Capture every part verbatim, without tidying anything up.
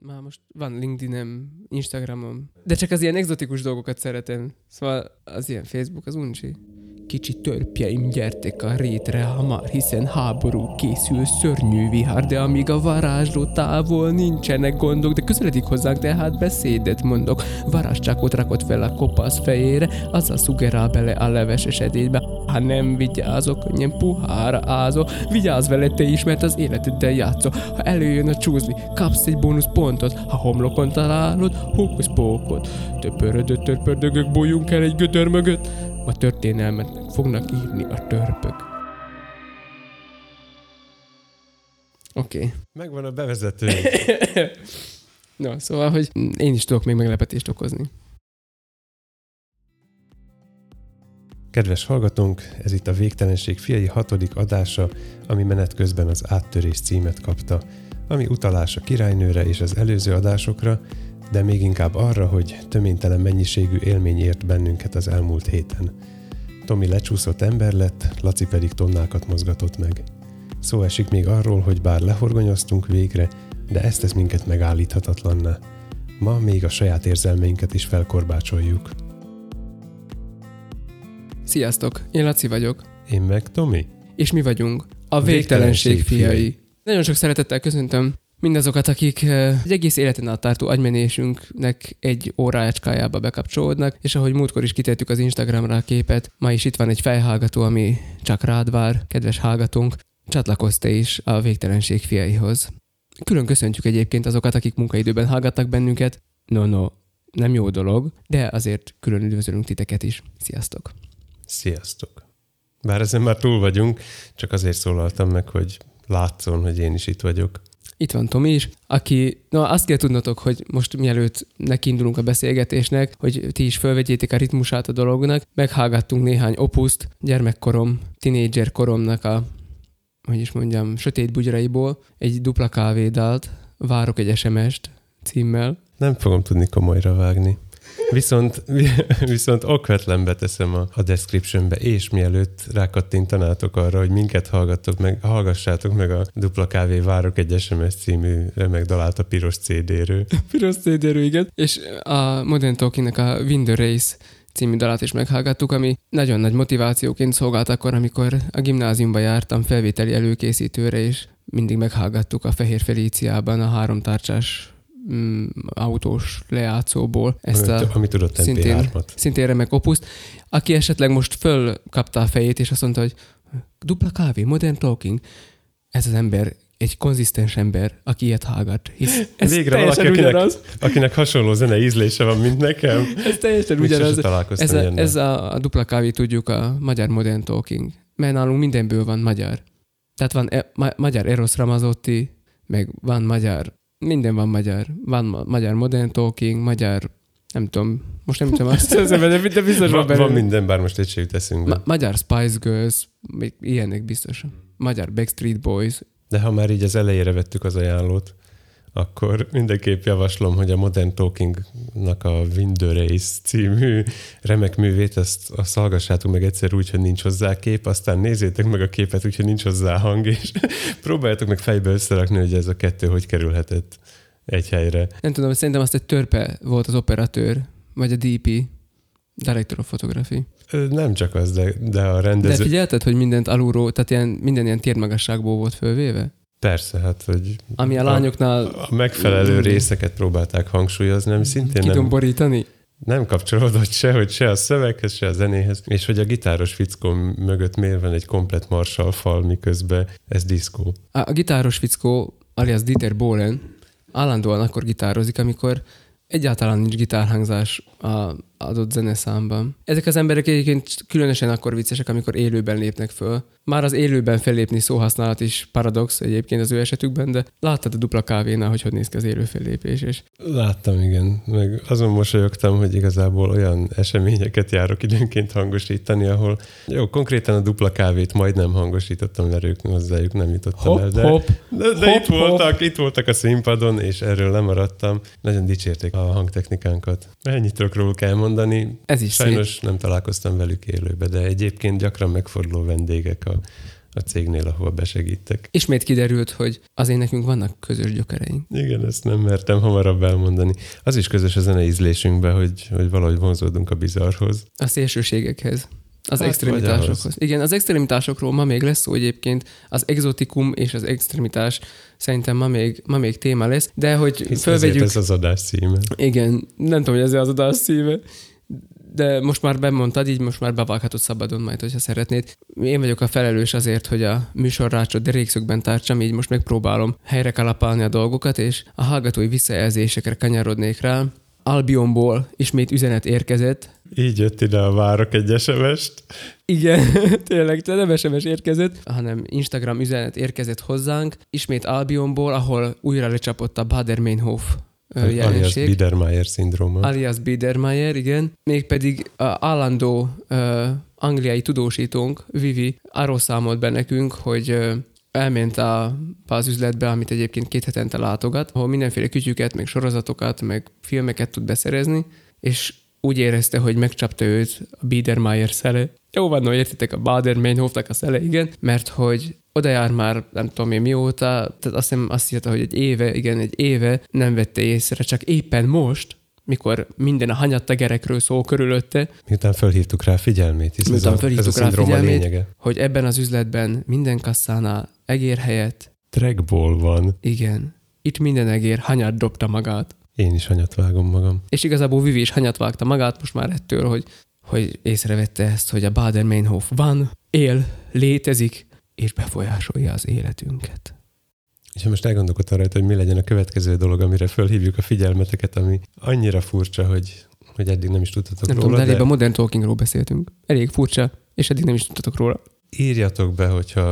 Már most van LinkedIn-em, Instagramom, de csak az ilyen egzotikus dolgokat szeretem. Szóval az ilyen Facebook, az uncsi. Kicsi törpjeim, gyertek a rétre hamar, hiszen háború készül, szörnyű vihar, de amíg a varázsló távol, nincsenek gondok, de közeledik hozzánk, tehát beszédet mondok. Varázscsákot rakott fel a kopasz fejére, azzal szugerál bele a leveses edénybe. Ha nem vigyázok, könnyen puhára ázol, vigyázz vele te is, mert az életeddel játszol. Ha előjön a csúszli, kapsz egy bónuszpontot, ha homlokon találod, hókusz-pókot. Töpörödött törpördögök, bújjunk el egy gödör mögött, a történelmet fognak írni a törpök. Oké. Okay. Megvan a bevezető. No, szóval, hogy én is tudok még meglepetést okozni. Kedves hallgatónk, ez itt a Végtelenség fiai hatodik adása, ami menet közben az Áttörés címet kapta, ami utalás a királynőre és az előző adásokra, de még inkább arra, hogy töménytelen mennyiségű élmény ért bennünket az elmúlt héten. Tomi lecsúszott ember lett, Laci pedig tonnákat mozgatott meg. Szó esik még arról, hogy bár lehorgonyoztunk végre, de ezt tesz minket megállíthatatlanná. Ma még a saját érzelmeinket is felkorbácsoljuk. Sziasztok, én Laci vagyok. Én meg Tomi. És mi vagyunk a Végtelenség, Végtelenség fiai. fiai. Nagyon sok szeretettel köszöntöm mindazokat, akik egy egész életen át tartó agymenésünknek egy órácskájába bekapcsolódnak, és ahogy múltkor is kitettük az Instagramra a képet, ma is itt van egy fejhallgató, ami csak rád vár, kedves hallgatónk, csatlakozz te is a Végtelenség fiaihoz. Külön köszöntjük egyébként azokat, akik munkaidőben hallgatnak bennünket. No, no, nem jó dolog, de azért külön üdvözölünk titeket is. Sziasztok! Sziasztok! Bár ezen már túl vagyunk, csak azért szólaltam meg, hogy látszon, hogy én is itt vagyok. Itt van Tomi is, aki, na azt kell tudnotok, hogy most mielőtt nekiindulunk a beszélgetésnek, hogy ti is fölvegyétek a ritmusát a dolognak, meghallgattunk néhány opuszt gyermekkorom, tinédzser koromnak a, hogy is mondjam, sötét bugyraiból, egy dupla kávédalt, Várok egy es em est címmel. Nem fogom tudni komolyra vágni. Viszont, viszont okvetlenbe teszem a, a descriptionbe, és mielőtt rákattintanátok arra, hogy minket hallgattok meg, hallgassátok meg a Dupla Kávé Várok egy es em es című remek dalát a piros cé dé-ről. Piros cé dé-ről, igen. És a Modern Talkingnek a Win the Race című dalát is meghallgattuk, ami nagyon nagy motivációként szolgált akkor, amikor a gimnáziumba jártam felvételi előkészítőre, és mindig meghallgattuk a Fehér Felíciában a háromtárcsás Mm, autós lejátszóból ezt a ami tudott szintén, szintén remek opuszt, aki esetleg most fölkapta a fejét, és azt mondta, hogy dupla kávé, Modern Talking, ez az ember egy konzisztens ember, aki ilyet hallgat. Hisz ez végre valaki, akinek, akinek hasonló zene ízlése van, mint nekem. Ez teljesen ugyanaz. Ez, a, ez a, a dupla kávé, tudjuk, a magyar Modern Talking. Mert nálunk mindenből van magyar. Tehát van e, ma, magyar Eros Ramazzotti, meg van magyar, minden van magyar. Van ma, magyar Modern Talking, magyar, nem tudom, most nem tudom azt hiszem, de biztos van belőle. Van minden, bár most egy se jut eszünkbe. Ma, magyar Spice Girls, még ilyenek biztos. Magyar Backstreet Boys. De ha már így az elejére vettük az ajánlót, akkor mindenképp javaslom, hogy a Modern Talkingnak a Win the Race című remek művét, azt, azt hallgassátok meg egyszer úgy, hogy nincs hozzá kép, aztán nézzétek meg a képet úgy, hogy nincs hozzá hang, és próbáljátok meg fejbe összerakni, hogy ez a kettő hogy kerülhetett egy helyre. Nem tudom, szerintem azt egy törpe volt az operatőr, vagy a dé pé, Director of Photography. Nem csak az, de, de a rendező... De figyelted, hogy mindent alulról, tehát ilyen, minden ilyen térmagasságból volt fölvéve? Persze, hát, hogy ami a lányoknál... A, a megfelelő részeket próbálták hangsúlyozni, ami szintén nem... Kidomborítani? Nem kapcsolódott se, hogy se a szöveghez, se a zenéhez, és hogy a gitáros fickó mögött miért van egy komplett Marshall fal, miközben ez diszkó. A, a gitáros fickó, alias Dieter Bohlen, állandóan akkor gitározik, amikor egyáltalán nincs gitárhangzás a adott zeneszámban. Ezek az emberek egyébként különösen akkor viccesek, amikor élőben lépnek föl. Már az élőben fellépni szóhasználat is paradox egyébként az ő esetükben, de láttad a Dupla Kávénál, hogy hogy néz ki az élő fellépés? És... Láttam, igen. Meg azon mosolyogtam, hogy igazából olyan eseményeket járok időnként hangosítani, ahol jó, konkrétan a Dupla Kávét majdnem hangosítottam, mert ők hozzájuk nem jutottam hopp, el, de, hopp, de, de hopp, itt, voltak, itt voltak a színpadon, és erről lemaradtam. Nagyon dicsérték a hangtechnikánkat. Ennyit tudok róluk elmondani. Ez is sajnos szép. Nem találkoztam velük élőbe, de egyébként gyakran megforduló vendégek a, a cégnél, ahol besegítek. Ismét kiderült, hogy azért nekünk vannak közös gyökereink. Igen, ezt nem mertem hamarabb elmondani. Az is közös a zene ízlésünkben, hogy, hogy valahogy vonzódunk a bizarrhoz. A szélsőségekhez. Az Hát, extremitásokhoz. Igen, az extremitásokról ma még lesz szó egyébként, az exotikum és az extremitás szerintem ma még, ma még téma lesz, de hogy Hisz fölvegyük... ez az adás címe. Igen, nem tudom, hogy ez az adás címe, de most már bemondtad, így most már bevághatod szabadon majd, hogyha szeretnéd. Én vagyok a felelős azért, hogy a műsorrácsot derékszögben tartsam, így most megpróbálom helyre kalapálni a dolgokat, és a hallgatói visszajelzésekre kanyarodnék rá. Albionból ismét üzenet érkezett. Így jött ide a várok egy es em est. Igen, tényleg, nem es em es érkezett, hanem Instagram üzenet érkezett hozzánk, ismét Albionból, ahol újra lecsapott a Baader-Meinhof jelenség. Alias Biedermeier szindróma. Alias Biedermeier, igen. Mégpedig a állandó uh, angliai tudósítónk, Vivi, arról számolt be nekünk, hogy uh, elment a, az üzletbe, amit egyébként két hetente látogat, ahol mindenféle kütyüket, meg sorozatokat, meg filmeket tud beszerezni, és úgy érezte, hogy megcsapta őt a Biedermeier szele. Jó van, no, értitek, a Baader-Meinhofnak a szele, igen, mert hogy oda jár már, nem tudom én mióta, tehát azt hiszem azt írta, hogy egy éve, igen, egy éve nem vette észre, csak éppen most, mikor minden a hanyattegerekről szól körülötte. Miután felhívtuk rá figyelmét, hisz Miután ez a, ez a rá szindróma figyelmét, lényege. Hogy ebben az üzletben minden kasszánál egér helyett. Trackball van. Igen. Itt minden egér hanyat dobta magát. Én is hanyat vágom magam. És igazából Vivi is hanyat vágta magát most már ettől, hogy, hogy észrevette ezt, hogy a Baader-Meinhof van, él, létezik, és befolyásolja az életünket. És most elgondolkodtam rajta, hogy mi legyen a következő dolog, amire felhívjuk a figyelmeteket, ami annyira furcsa, hogy, hogy eddig nem is tudtatok nem róla. Nem tudom, de de a Modern Talkingról beszéltünk. Elég furcsa, és eddig nem is tudtatok róla. Írjatok be, hogyha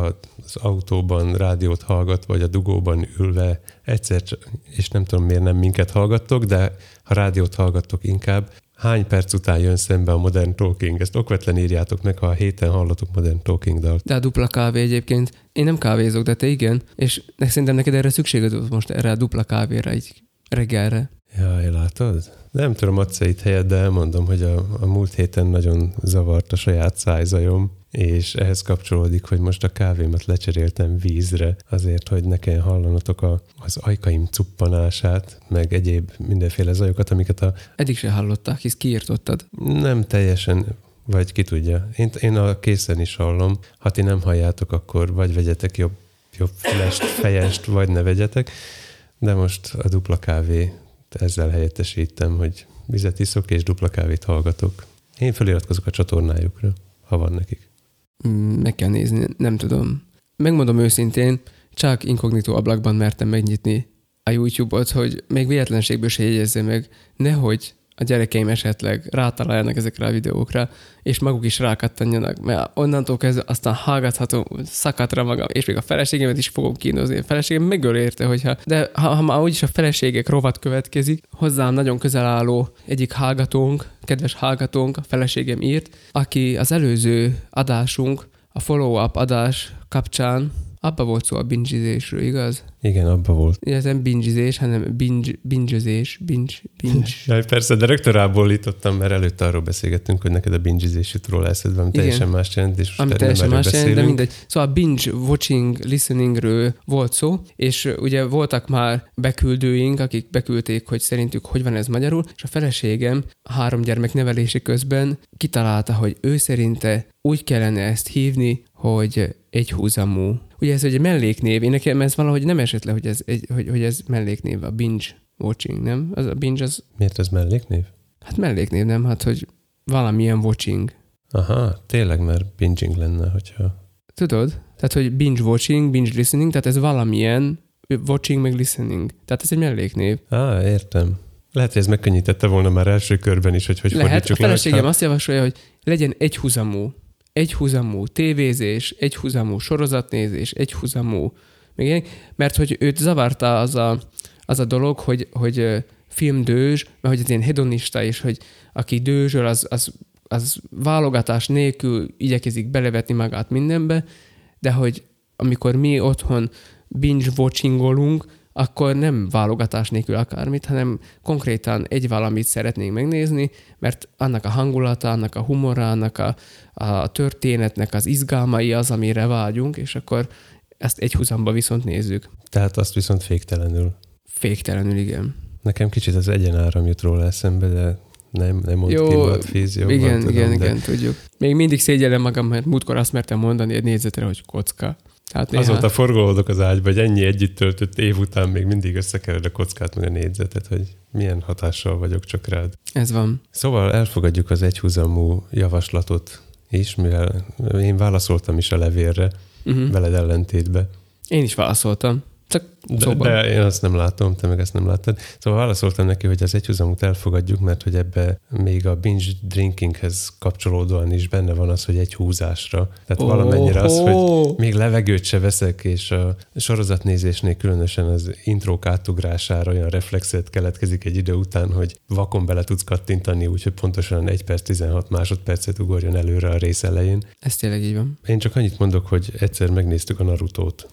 az autóban rádiót hallgat, vagy a dugóban ülve egyszer, és nem tudom miért nem minket hallgattok, de ha rádiót hallgattok inkább, hány perc után jön szembe a Modern Talking? Ezt okvetlen írjátok meg, ha a héten hallatok Modern Talking dalt. De a dupla kávé egyébként. Én nem kávézok, de te igen. És szerintem neked erre szükséged volt most erre a dupla kávéra, így reggelre. Jaj, látod? Nem tudom, adsz-e itt helyet, de elmondom, hogy a, a múlt héten nagyon zavart a saját szájzajom, és ehhez kapcsolódik, hogy most a kávémat lecseréltem vízre, azért, hogy ne kelljen hallanatok a, az ajkaim cuppanását, meg egyéb mindenféle zajokat, amiket a... Eddig se hallották, hisz kiírtottad. Nem teljesen, vagy ki tudja. Én, én a készen is hallom. Ha ti nem halljátok, akkor vagy vegyetek jobb, jobb fülest, fejest, vagy ne vegyetek. De most a dupla kávé ezzel helyettesítem, hogy vizet iszok és dupla kávét hallgatok. Én feliratkozok a csatornájukra, ha van nekik. Meg kell nézni, nem tudom. Megmondom őszintén, csak inkognitó ablakban mertem megnyitni a YouTube-ot, hogy még véletlenségből se jegyezze meg, nehogy a gyerekeim esetleg rátaláljanak ezekre a videókra, és maguk is rákattanjanak, mert onnantól kezdve aztán hallgathatom szakatra magam, és még a feleségemet is fogom kínozni. A feleségem megöl érte, hogyha, de ha, ha már úgyis a feleségek rovat következik, hozzám nagyon közel álló egyik hallgatónk, kedves hallgatónk, a feleségem írt, aki az előző adásunk, a follow-up adás kapcsán abba volt szó a bingezésről, igaz? Igen, abba volt. Ez nem bingezés, hanem binge, bingezés, binge, binge. Jaj, persze, de rögtön rábólítottam, mert előtte arról beszélgettünk, hogy neked a bingezés jut róla eszedbe, ami teljesen más jelent, és ami teljesen más jelent, de mindegy. Szóval a binge watching, listeningről volt szó, és ugye voltak már beküldőink, akik beküldték, hogy szerintük hogy van ez magyarul, és a feleségem a három gyermek nevelése közben kitalálta, hogy ő szerinte úgy kellene ezt hívni, hogy egyhuzamú. Ugye ez egy melléknév, én nekem ez valahogy nem esett le, hogy ez, egy, hogy, hogy ez melléknév, a binge watching, nem? Az, a binge az... Miért ez melléknév? Hát melléknév, nem? Hát, hogy valamilyen watching. Aha, tényleg, mert binging lenne, hogyha... Tudod? Tehát, hogy binge watching, binge listening, tehát ez valamilyen watching meg listening. Tehát ez egy melléknév. Á, értem. Lehet, hogy ez megkönnyítette volna már első körben is, hogy hogy Lehet, fordítsuk a feleségem le, azt javasolja, hogy legyen egyhuzamú. Egyhuzamú tévézés, egyhuzamú sorozatnézés, egyhuzamú, még ilyen, mert hogy őt zavarta az a, az a dolog, hogy, hogy filmdőzs, mert hogy ez ilyen hedonista, és hogy aki dőzsöl, az, az, az válogatás nélkül igyekezik belevetni magát mindenbe, de hogy amikor mi otthon binge-watchingolunk, akkor nem válogatás nélkül akármit, hanem konkrétan egy valamit szeretnénk megnézni, mert annak a hangulata, annak a humora, annak a, a történetnek az izgalmai az, amire vágyunk, és akkor ezt egy húzamba viszont nézzük. Tehát azt viszont féktelenül. Féktelenül, igen. Nekem kicsit az egyenáram jut róla eszembe, de nem, nem mond jó, ki matfíz, jobban igen, tudom, igen, de... igen, tudjuk. Még mindig szégyellem magam, mert múltkor azt mertem mondani egy négyzetre, hogy kocka. Tehát néha... Azóta forgolódok az ágyba, hogy ennyi együtt töltött év után még mindig összekered a kockát meg a négyzetet, hogy milyen hatással vagyok csak rád. Ez van. Szóval elfogadjuk az egyhuzamú javaslatot is, mivel én válaszoltam is a levélre, uh-huh. veled ellentétbe. Én is válaszoltam. Csak de, de én azt nem látom, te meg ezt nem láttad. Szóval válaszoltam neki, hogy az egyhuzamút elfogadjuk, mert hogy ebbe még a binge drinkinghez kapcsolódóan is benne van az, hogy egy húzásra. Tehát oh, valamennyire az, hogy még levegőt se veszek, és a sorozatnézésnél különösen az intrók átugrására olyan reflexet keletkezik egy idő után, hogy vakon bele tudsz kattintani, úgyhogy pontosan egy perc tizenhat másodpercet ugorjon előre a rész elején. Ez tényleg így van. Én csak annyit mondok, hogy egyszer megnéztük a Narutót,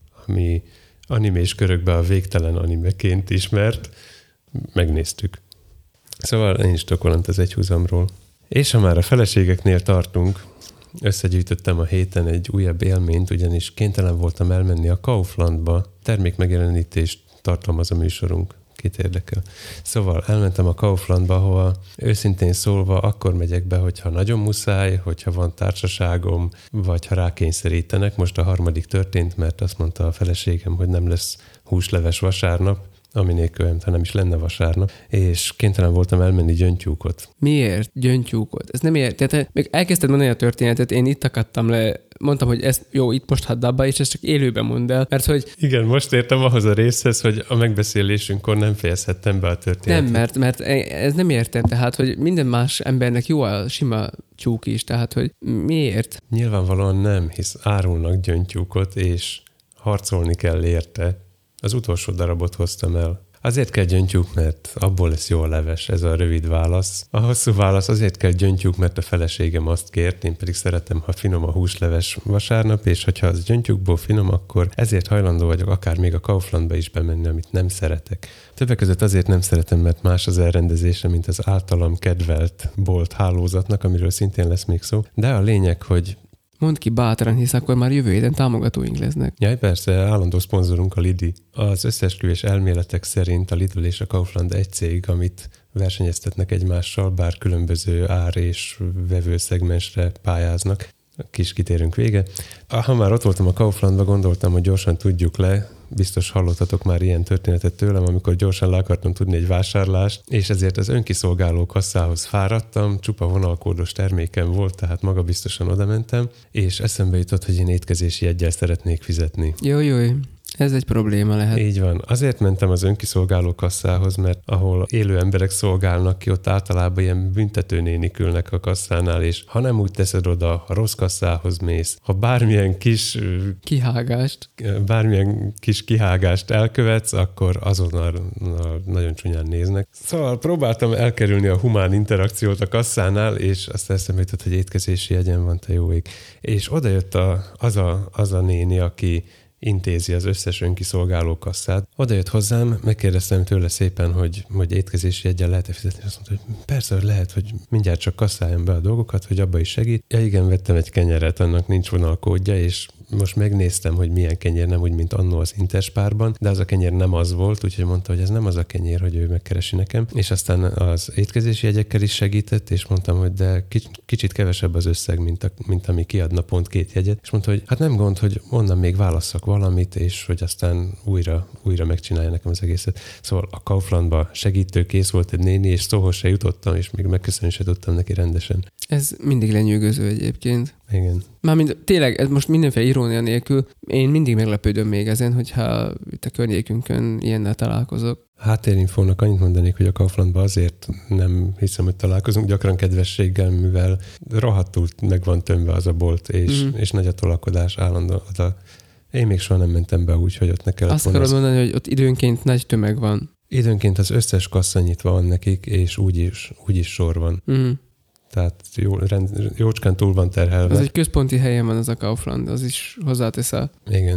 ami animés körökben a végtelen animeként ismert, megnéztük. Szóval én is tökollant az egyhuzamról. És ha már a feleségeknél tartunk, összegyűjtöttem a héten egy újabb élményt, ugyanis kénytelen voltam elmenni a Kauflandba. Termékmegjelenítést tartalmaz a műsorunk. Kit érdekel. Szóval elmentem a Kauflandba, ahova őszintén szólva akkor megyek be, hogyha nagyon muszáj, hogyha van társaságom, vagy ha rákényszerítenek. Most a harmadik történt, mert azt mondta a feleségem, hogy nem lesz húsleves vasárnap, ami nélkül, ha nem is lenne vasárnap, és kénytelen voltam elmenni gyöngytyúkot. Miért gyöngytyúkot? Ez nem ért. Tehát még elkezdted mondani a történetet, én itt akadtam le, mondtam, hogy ezt jó, itt most hadd abba, és ezt csak élőben mondd el, mert hogy... Igen, most értem ahhoz a részhez, hogy a megbeszélésünkkor nem fejezhettem be a történetet. Nem, mert, mert ez nem értem, tehát, hogy minden más embernek jó a sima tyúk is, tehát, hogy miért? Nyilvánvalóan nem, hisz árulnak gyöngytyúkot, és harcolni kell érte. Az utolsó darabot hoztam el. Azért kell gyöngytyúk, mert abból lesz jó a leves, ez a rövid válasz. A hosszú válasz azért kell gyöngytyúk, mert a feleségem azt kért, én pedig szeretem, ha finom a húsleves vasárnap, és hogyha az gyöngytyúkból finom, akkor ezért hajlandó vagyok akár még a Kauflandba is bemenni, amit nem szeretek. Többek között azért nem szeretem, mert más az elrendezése, mint az általam kedvelt bolt hálózatnak, amiről szintén lesz még szó. De a lényeg, hogy mondd ki bátran, hisz akkor már jövő héten támogatóink lesznek. Jaj, persze, állandó szponzorunk a Lidi. Az összeesküvés elméletek szerint a Lidl és a Kaufland egy cég, amit versenyeztetnek egymással, bár különböző ár és vevőszegmensre pályáznak. Kis kitérünk vége. Ha már ott voltam a Kauflandba, gondoltam, hogy gyorsan tudjuk le, biztos hallottatok már ilyen történetet tőlem, amikor gyorsan le akartam tudni egy vásárlást, és ezért az önkiszolgáló kasszához fáradtam, csupa vonalkódos termékem volt, tehát magabiztosan oda mentem, és eszembe jutott, hogy én étkezési jeggyel szeretnék fizetni. Jó, jó. Ez egy probléma lehet. Így van. Azért mentem az önkiszolgáló kasszához, mert ahol élő emberek szolgálnak ki, ott általában ilyen büntetőnénik ülnek a kasszánál, és ha nem úgy teszed oda, ha rossz kasszához mész, ha bármilyen kis... Kihágást. Bármilyen kis kihágást elkövetsz, akkor azonnal nagyon csúnyán néznek. Szóval próbáltam elkerülni a humán interakciót a kasszánál, és azt eszembe jutott, hogy étkezési jegyen van, te jó ég. És odajött a, az, a, az a néni, aki intézi az összes önkiszolgáló kasszát. Oda jött hozzám, megkérdeztem tőle szépen, hogy, hogy étkezési jeggyel lehet-e fizetni. Azt mondta, hogy persze, hogy lehet, hogy mindjárt csak kasszáljam be a dolgokat, hogy abba is segít. Ja igen, vettem egy kenyeret, annak nincs vonalkódja, és most megnéztem, hogy milyen kenyér, nem úgy, mint annó az Interspárban, de az a kenyér nem az volt, úgyhogy mondta, hogy ez nem az a kenyér, hogy ő megkeresi nekem. És aztán az étkezési jegyekkel is segített, és mondtam, hogy de kicsit kevesebb az összeg, mint, a, mint ami kiadna pont két jegyet. És mondta, hogy hát nem gond, hogy onnan még válasszak valamit, és hogy aztán újra, újra megcsinálja nekem az egészet. Szóval a Kauflandba segítőkész volt egy néni, és szóhoz se jutottam, és még megköszönni se tudtam neki rendesen. Ez mindig lenyűgöző egyébként. Igen. Mármint tényleg, ez most mindenféle irónia nélkül, én mindig meglepődöm még ezen, hogyha itt a környékünkön ilyennel találkozok. Háttérinfónak annyit mondanék, hogy a Kauflandban azért nem hiszem, hogy találkozunk gyakran kedvességgel, mivel rohadtul meg van tömve az a bolt, és, mm. és nagy a tolakodás állandó. A... Én még soha nem mentem be úgy, hogy ott ne kellett Azt akarod mondani, hogy ott időnként nagy tömeg van. Időnként az összes kassa nyitva van nekik, és úgy is, úgy is sor van. Mm. Tehát jó, rend, jócskán túl van terhelve. Az egy központi helyen van az a Kaufland, az is hozzáteszel. Igen.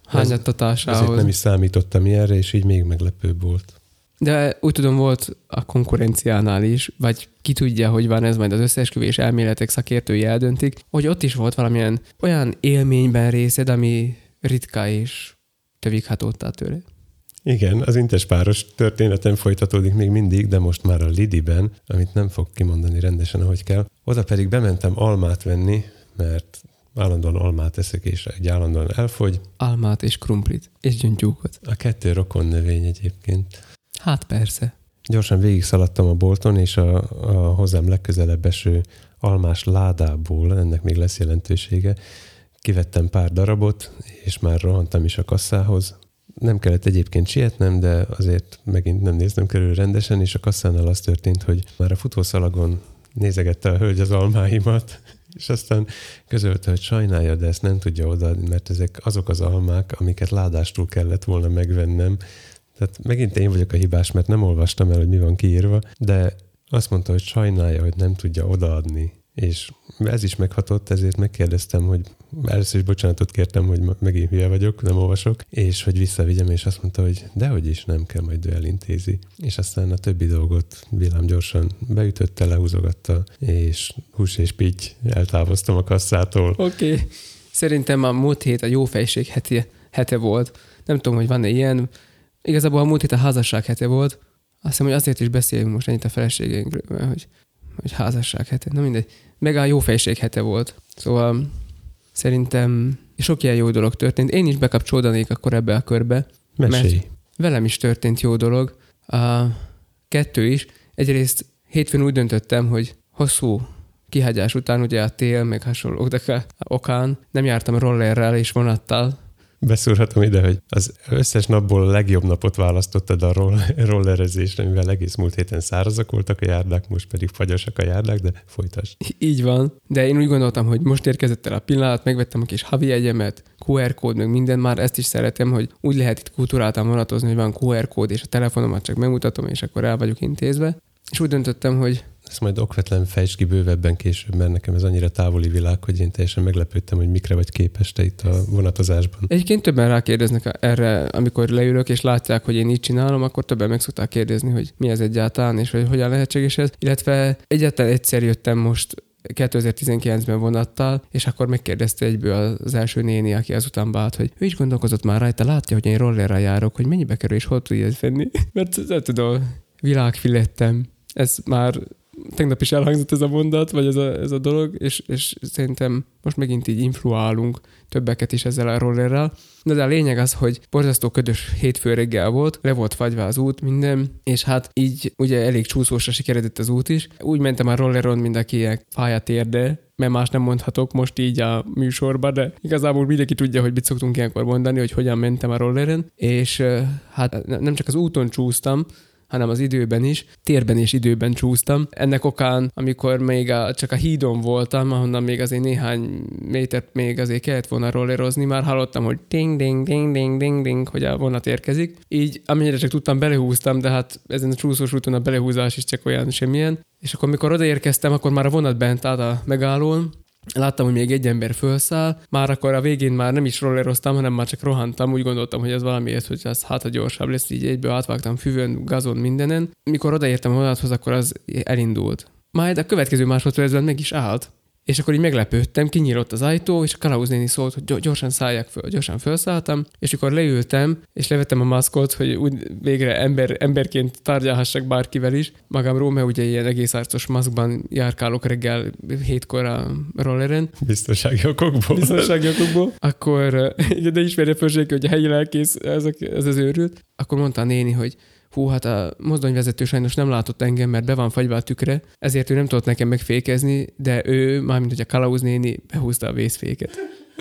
hányattatásához. Ezért nem is számítottam ilyenre, és így még meglepőbb volt. De úgy tudom, volt a konkurenciánál is, vagy ki tudja, hogy van ez, majd az összeesküvés elméletek szakértői eldöntik, hogy ott is volt valamilyen olyan élményben részed, ami ritka és tövig hatódtál tőle. Igen, az intespáros történetem folytatódik még mindig, de most már a Lidiben, amit nem fog kimondani rendesen, ahogy kell. Oda pedig bementem almát venni, mert állandóan almát eszek, és egy állandóan elfogy. Almát és krumplit, és gyöngyúkot. A kettő rokon növény egyébként. Hát persze. Gyorsan végig szaladtam a bolton, és a, a hozzám legközelebb eső almás ládából, ennek még lesz jelentősége, kivettem pár darabot, és már rohantam is a kasszához. Nem kellett egyébként sietnem, de azért megint nem néztem körül rendesen, és a kasszánál az történt, hogy már a futószalagon nézegette a hölgy az almáimat, és aztán közölte, hogy sajnálja, de ezt nem tudja odaadni, mert ezek azok az almák, amiket ládástól kellett volna megvennem. Tehát megint én vagyok a hibás, mert nem olvastam el, hogy mi van kiírva, de azt mondta, hogy sajnálja, hogy nem tudja odaadni. És ez is meghatott, ezért megkérdeztem, hogy először is bocsánatot kértem, hogy megint hülye vagyok, nem olvasok, és hogy visszavigyem, és azt mondta, hogy dehogy is nem kell, majd ő elintézi. És aztán a többi dolgot villám gyorsan beütötte, lehúzogatta, és hús és pitty eltávoztam a kasszától. Oké. Okay. Szerintem a múlt hét a jófejség heti, hete volt. Nem tudom, hogy van-e ilyen. Igazából a múlt hét a házasság hete volt. Azt hiszem, hogy azért is beszélünk most ennyit a feleségeinkről, hogy hogy házasság hete, na mindegy. Meg a jófejség hete volt. Szóval szerintem sok ilyen jó dolog történt. Én is bekapcsolódnék akkor ebbe a körbe. Mesélj. Mert velem is történt jó dolog. A kettő is. Egyrészt hétfőn úgy döntöttem, hogy hosszú kihagyás után, ugye a tél, meg hasonló okán nem jártam rollerrel és vonattal. Beszúrhatom ide, hogy az összes napból a legjobb napot választottad a rollerezésre, mivel egész múlt héten szárazak voltak a járdák, most pedig fagyosak a járdák, de folytasd. Így van, de én úgy gondoltam, hogy most érkezett el a pillanat, megvettem a kis havi jegyemet, kú er kód, meg minden, már ezt is szeretem, hogy úgy lehet itt kultúráltan vonatozni, hogy van kú er kód, és a telefonomat csak megmutatom, és akkor el vagyok intézve. És úgy döntöttem, hogy ezt majd okvetlen fejtsd ki bővebben később, mert nekem ez annyira távoli világ, hogy én teljesen meglepődtem, hogy mikre vagy képes te itt a vonatozásban. Egyébként többen rákérdeznek erre, amikor leülök, és látják, hogy én így csinálom, akkor többen meg szokták kérdezni, hogy mi ez egyáltalán, és hogy hogyan lehetséges ez. Illetve egyáltalán egyszer jöttem most kétezer-tizenkilencben vonattal, és akkor megkérdezte egyből az első néni, aki azután beállt, hogy ő is gondolkozott már rajta, látja, hogy én rollerrel járok, hogy mennyibe kerül, és hol tudja ezt venni. Mert nem tudom, világfilettem. Ez már tegnap is elhangzott ez a mondat, vagy ez a, ez a dolog, és, és szerintem most megint így influálunk többeket is ezzel a rollerrel. De a lényeg az, hogy borzasztó ködös hétfő reggel volt, le volt fagyva az út, minden, és hát így ugye elég csúszósra sikeredett az út is. Úgy mentem a rolleron, mint aki fáj a térde, mert más nem mondhatok most így a műsorban, de igazából mindenki tudja, hogy mit szoktunk ilyenkor mondani, hogy hogyan mentem a rolleren, és hát nem csak az úton csúsztam, hanem az időben is, térben és időben csúsztam. Ennek okán, amikor még a, csak a hídon voltam, ahonnan még azért néhány métert még azért kellett volna rollerozni, már hallottam, hogy ding, ding, ding, ding, ding, ding, hogy a vonat érkezik. Így amennyire csak tudtam, belehúztam, de hát ezen a csúszós úton a belehúzás is csak olyan semmilyen. És akkor, mikor odaérkeztem, akkor már a vonat bent állt a megállón, láttam, hogy még egy ember felszáll, már akkor a végén már nem is rolleroztam, hanem már csak rohantam, úgy gondoltam, hogy ez valamiért, hogy az hát a gyorsabb lesz, így egyből átvágtam füvön, gazon, mindenen. Mikor odaértem a vonathoz, akkor az elindult. Majd a következő másodpercben meg is állt. És akkor így meglepődtem, kinyílt az ajtó, és a kalauz néni szólt, hogy gyorsan szálljak föl. Gyorsan felszálltam, és akkor leültem, és levettem a maszkot, hogy úgy végre ember, emberként tárgyalhassak bárkivel is. Magamról, mert ugye ilyen egész arcos maszkban járkálok reggel hétkor a rolleren. Biztonsági okokból. Biztonsági okokból. Akkor, de ismerje fölsége, hogy a helyi lelkész, ez, ez az őrült. Akkor mondta a néni, hogy hú, hát a mozdonyvezető sajnos nem látott engem, mert be van fagyva a tükre, ezért ő nem tudott nekem megfékezni, de ő, mármint hogy a kalauz néni, behúzta a vészféket.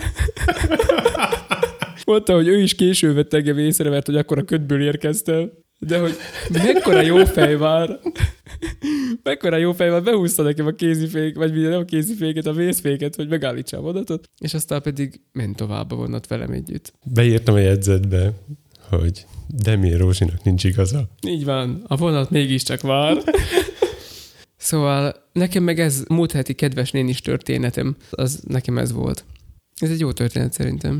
Mondta, hogy ő is késő vett engem észre, mert hogy akkor a ködből érkeztem. De hogy mekkora jó fej már, mekkora jó fej már, behúzta nekem a kézifék, vagy nem a kéziféket, a vészféket, hogy megállítsa a vonatot, és aztán pedig ment tovább a vonat velem együtt. Beírtam a jegyzetbe, hogy Demi Rózsinak nincs igaza. Így van, a vonat mégiscsak vár. Szóval nekem meg ez múlt heti kedves nénis történetem, az nekem ez volt. Ez egy jó történet szerintem.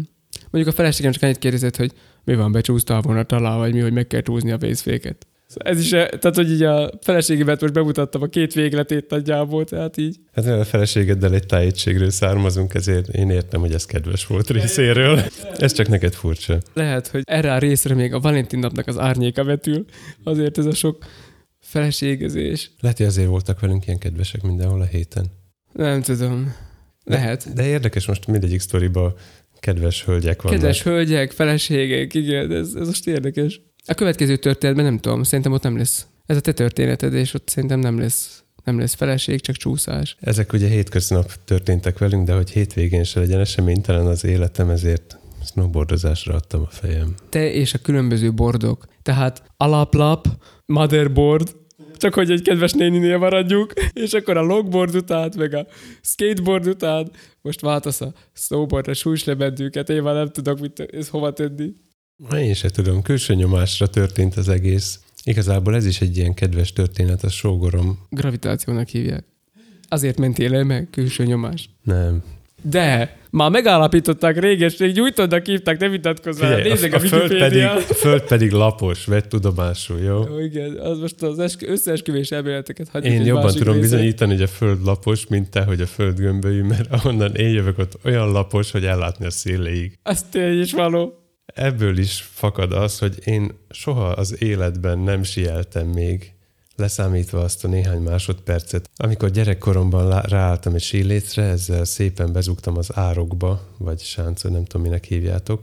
Mondjuk a feleségem csak annyit kérdezett, hogy mi van, becsúsztál volna talán, vagy mi, hogy meg kell csúszni a vészféket. Szóval ez is, tehát hogy így a feleségemet most bemutattam a két végletét nagyjából, tehát így. Hát a feleségeddel egy tájegységről származunk, ezért én értem, hogy ez kedves volt részéről. Ez csak neked furcsa. Lehet, hogy erre a részre még a Valentin napnak az árnyéka vetül, azért ez a sok feleségezés. Lehet, hogy azért voltak velünk ilyen kedvesek mindenhol a héten. Nem tudom. Lehet. De, de érdekes, most mindegyik sztoriba kedves hölgyek vannak. Kedves hölgyek, feleségek, igen, ez, ez most érdekes. A következő történetben nem tudom, szerintem ott nem lesz. Ez a te történeted, és ott szerintem nem lesz, nem lesz feleség, csak csúszás. Ezek ugye hétköznap történtek velünk, de hogy hétvégén se legyen eseménytelen az életem, ezért snowboardozásra adtam a fejem. Te és a különböző bordok. Tehát alaplap, motherboard, csak hogy egy kedves néninél maradjuk, és akkor a longboard után, meg a skateboard után, most váltasz a snowboardra, súlyslebendőket, én már nem tudok, mit, ez hova tenni. Én se tudom, külső nyomásra történt az egész. Igazából ez is egy ilyen kedves történet, a sógorom. Gravitációnak hívják. Azért mentél el meg, külső nyomás. Nem. De, már megállapították réges-rég, nyújtódnak hívták, ne vitatkozzál, nézzek a, a, a, föld pedig, a föld pedig lapos, vett tudomásul, jó? Jó, igen, az most az eskü, összeesküvés elméleteket hagyjuk. Én jobban tudom részre. bizonyítani, hogy a föld lapos, mint te, hogy a föld gömbölyű, mert ahonnan én jövök, ott olyan lapos, hogy ellátni a széléig. Az tény is való. Ebből is fakad az, hogy én soha az életben nem sieltem még, leszámítva azt a néhány másodpercet. Amikor gyerekkoromban ráálltam egy sílécre, ezzel szépen bezugtam az árokba, vagy sáncot, nem tudom, minek hívjátok.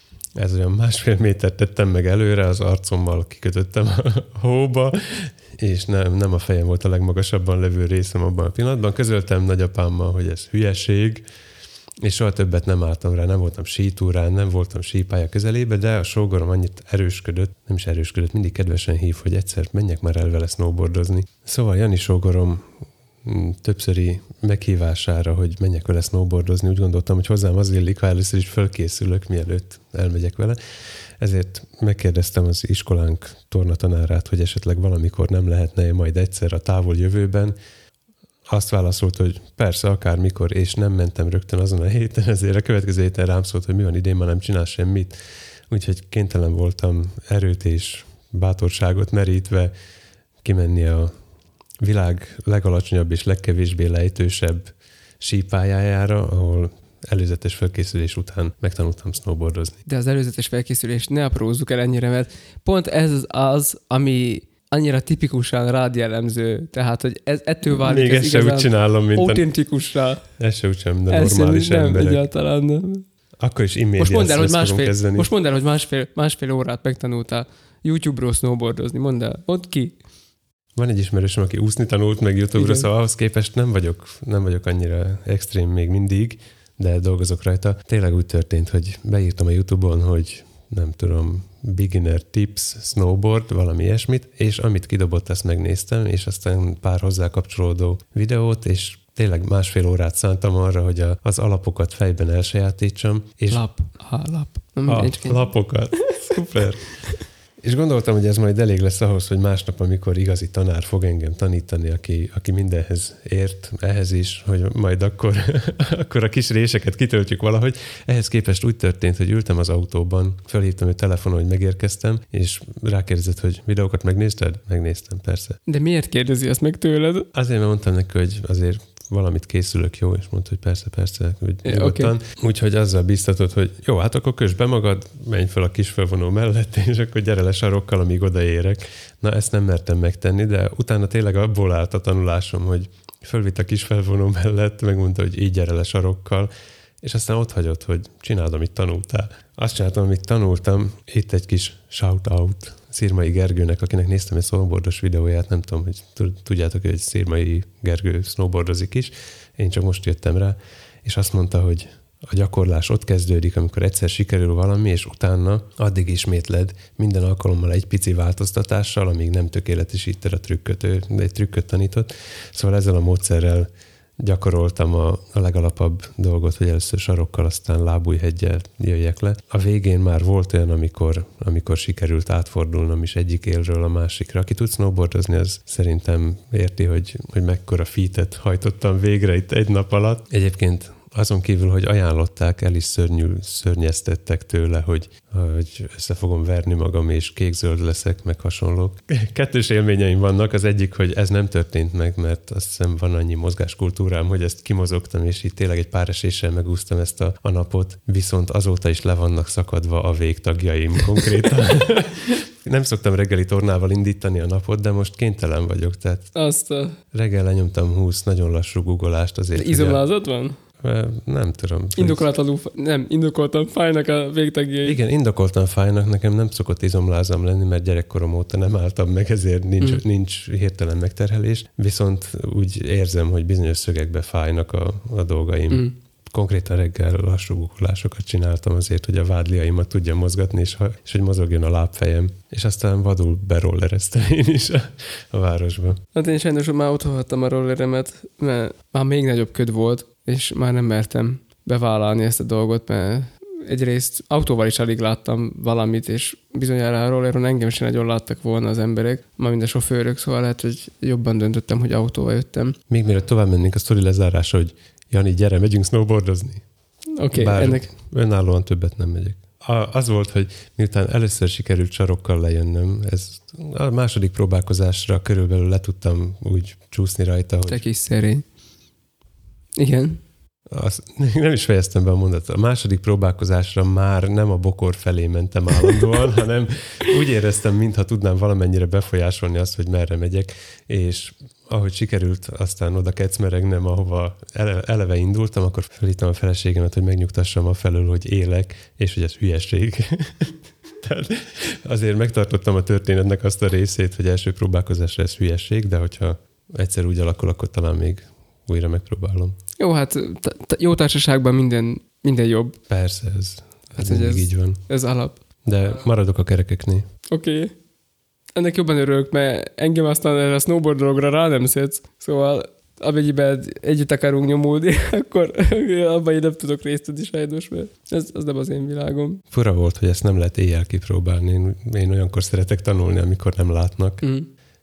Ez olyan másfél métert tettem meg előre, az arcommal kikötöttem a hóba, és nem, nem a fejem volt a legmagasabban levő részem abban a pillanatban. Közöltem nagyapámmal, hogy ez hülyeség, és soha többet nem álltam rá, nem voltam sítúrán, nem voltam sípálya közelébe, de a sógorom annyit erősködött, nem is erősködött, mindig kedvesen hív, hogy egyszer menjek már el vele snowboardozni. Szóval Jani sógorom többszöri meghívására, hogy menjek vele snowboardozni, úgy gondoltam, hogy hozzám az illik, ha először is felkészülök, mielőtt elmegyek vele. Ezért megkérdeztem az iskolánk tornatanárát, hogy esetleg valamikor nem lehetne majd egyszer a távol jövőben. Azt válaszolt, hogy persze, akármikor, és nem mentem rögtön azon a héten, ezért a következő héten rám szólt, hogy mi van, idén már nem csinál semmit. Úgyhogy kénytelen voltam erőt és bátorságot merítve kimenni a világ legalacsonyabb és legkevésbé lejtősebb sípályájára, ahol előzetes felkészülés után megtanultam snowboardozni. De az előzetes felkészülést ne aprózzuk el ennyire, mert pont ez az, az ami annyira tipikusan rád jellemző, tehát, hogy ez ettől válik még ez ezt se úgy csinálom, mint autentikusra. Ez se úgy sem, mint a normális nem, emberek. Egyáltalán nem. Akkor is immédiat most mondd el, hogy fogom másfél, kezdeni. most mondd el, hogy másfél, másfél órát megtanultál YouTube-ról snowboardozni. Mondd el, mondd ki. Van egy ismerősöm, aki úszni tanult meg YouTube-ra, Igen. szóval ahhoz képest nem vagyok, nem vagyok annyira extrém még mindig, de dolgozok rajta. Tényleg úgy történt, hogy beírtam a YouTube-on, hogy nem tudom, beginner tips, snowboard, valami ilyesmit, és amit kidobott, ezt megnéztem, és aztán pár hozzá kapcsolódó videót, és tényleg másfél órát szántam arra, hogy a, az alapokat fejben elsajátítsam. És lap. Ha, lap. Nem, a nincs lapokat. Szuper. És gondoltam, hogy ez majd elég lesz ahhoz, hogy másnap, amikor igazi tanár fog engem tanítani, aki, aki mindenhez ért, ehhez is, hogy majd akkor, akkor a kis réseket kitöltjük valahogy. Ehhez képest úgy történt, hogy ültem az autóban, felhívtam ő telefonon, hogy megérkeztem, és rákérdezett, hogy videókat megnézted? Megnéztem, persze. De miért kérdezi azt meg tőled? Azért, mert mondtam neki, hogy azért valamit készülök, jó, és mondta, hogy persze, persze, hogy nyugodtan. Okay. Úgyhogy azzal biztatott, hogy jó, hát akkor kösd be magad, menj fel a kis felvonó mellett, és akkor gyere le sarokkal, amíg odaérek. Na, ezt nem mertem megtenni, de utána tényleg abból állt a tanulásom, hogy fölvitt a kis felvonó mellett, megmondta, hogy így gyere le sarokkal, és aztán ott hagyott, hogy csináld, amit tanultál. Azt csináltam, amit tanultam, itt egy kis shout-out Szirmai Gergőnek, akinek néztem egy snowboardos videóját, nem tudom, hogy tudjátok, hogy Szirmai Gergő snowboardozik is, én csak most jöttem rá, és azt mondta, hogy a gyakorlás ott kezdődik, amikor egyszer sikerül valami, és utána addig ismétled minden alkalommal egy pici változtatással, amíg nem tökéletesíted a trükköt, ő egy trükköt tanított. Szóval ezzel a módszerrel gyakoroltam a, a legalapabb dolgot, hogy először sarokkal, aztán lábújheggyel jöjjek le. A végén már volt olyan, amikor, amikor sikerült átfordulnom is egyik élről a másikra. Aki tud snowboardozni, az szerintem érti, hogy, hogy mekkora featet hajtottam végre itt egy nap alatt. Egyébként Azon kívül, hogy ajánlották, el is szörnyül szörnyeztettek tőle, hogy, hogy össze fogom verni magam, és kék-zöld leszek, meg hasonlók. Kettős élményeim vannak. Az egyik, hogy ez nem történt meg, mert azt hiszem van annyi mozgáskultúrám, hogy ezt kimozogtam, és itt tényleg egy pár eséssel megúsztam ezt a, a napot. Viszont azóta is le vannak szakadva a végtagjaim konkrétan. Nem szoktam reggeli tornával indítani a napot, de most kénytelen vagyok. Tehát Azt a... reggel lenyomtam húsz nagyon lassú googolást azért. Izomlázat van? Nem tudom. Indokolatlanul, nem, indokoltan fájnak a végtagjai. Igen, indokoltan fájnak, nekem nem szokott izomlázam lenni, mert gyerekkorom óta nem álltam meg, ezért nincs, mm. nincs hirtelen megterhelés, viszont úgy érzem, hogy bizonyos szögekbe fájnak a, a dolgaim. Mm. Konkrétan reggel lassú gugolásokat csináltam azért, hogy a vádliaimat tudjam mozgatni, és, ha, és hogy mozogjon a lábfejem. És aztán vadul berollereztem én is a, a városba. Hát én sajnos már otthonhattam a rolleremet, mert már még nagyobb köd volt, és már nem mertem bevállalni ezt a dolgot, mert egyrészt autóval is alig láttam valamit, és bizonyára a rolleron engem sem nagyon láttak volna az emberek, mármint a sofőrök, szóval lehet, hogy jobban döntöttem, hogy autóval jöttem. Még mielőtt tovább mennénk a sztori lezárása, hogy Jani, gyere, megyünk snowboardozni. Oké, okay, ennek... önállóan többet nem megyek. A, az volt, hogy miután először sikerült sarokkal lejönnöm, ez a második próbálkozásra körülbelül le tudtam úgy csúszni rajta, hogy... Te kis szerény. Igen. Azt, nem is fejeztem be a mondatot. A második próbálkozásra már nem a bokor felé mentem állandóan, hanem úgy éreztem, mintha tudnám valamennyire befolyásolni azt, hogy merre megyek, és ahogy sikerült aztán oda kecmeregnem, ahova eleve indultam, akkor felhívtam a feleségemet, hogy megnyugtassam a felől, hogy élek, és hogy ez hülyeség. Tehát azért megtartottam a történetnek azt a részét, hogy első próbálkozásra ez hülyeség, de hogyha egyszer úgy alakul, akkor talán még újra megpróbálom. Jó, hát t- jó társaságban minden, minden jobb. Persze, ez, ez, hát, ez így van. Ez alap. De maradok a kerekeknél. Oké. Okay. Ennek jobban örülök, mert engem aztán erre a snowboard dologra rá nem szedsz. Szóval amennyiben együtt akarunk nyomulni, akkor abban én nem tudok részt adni sajnos, mert ez, az nem az én világom. Fura volt, hogy ezt nem lehet éjjel kipróbálni. Én, én olyankor szeretek tanulni, amikor nem látnak. Mm.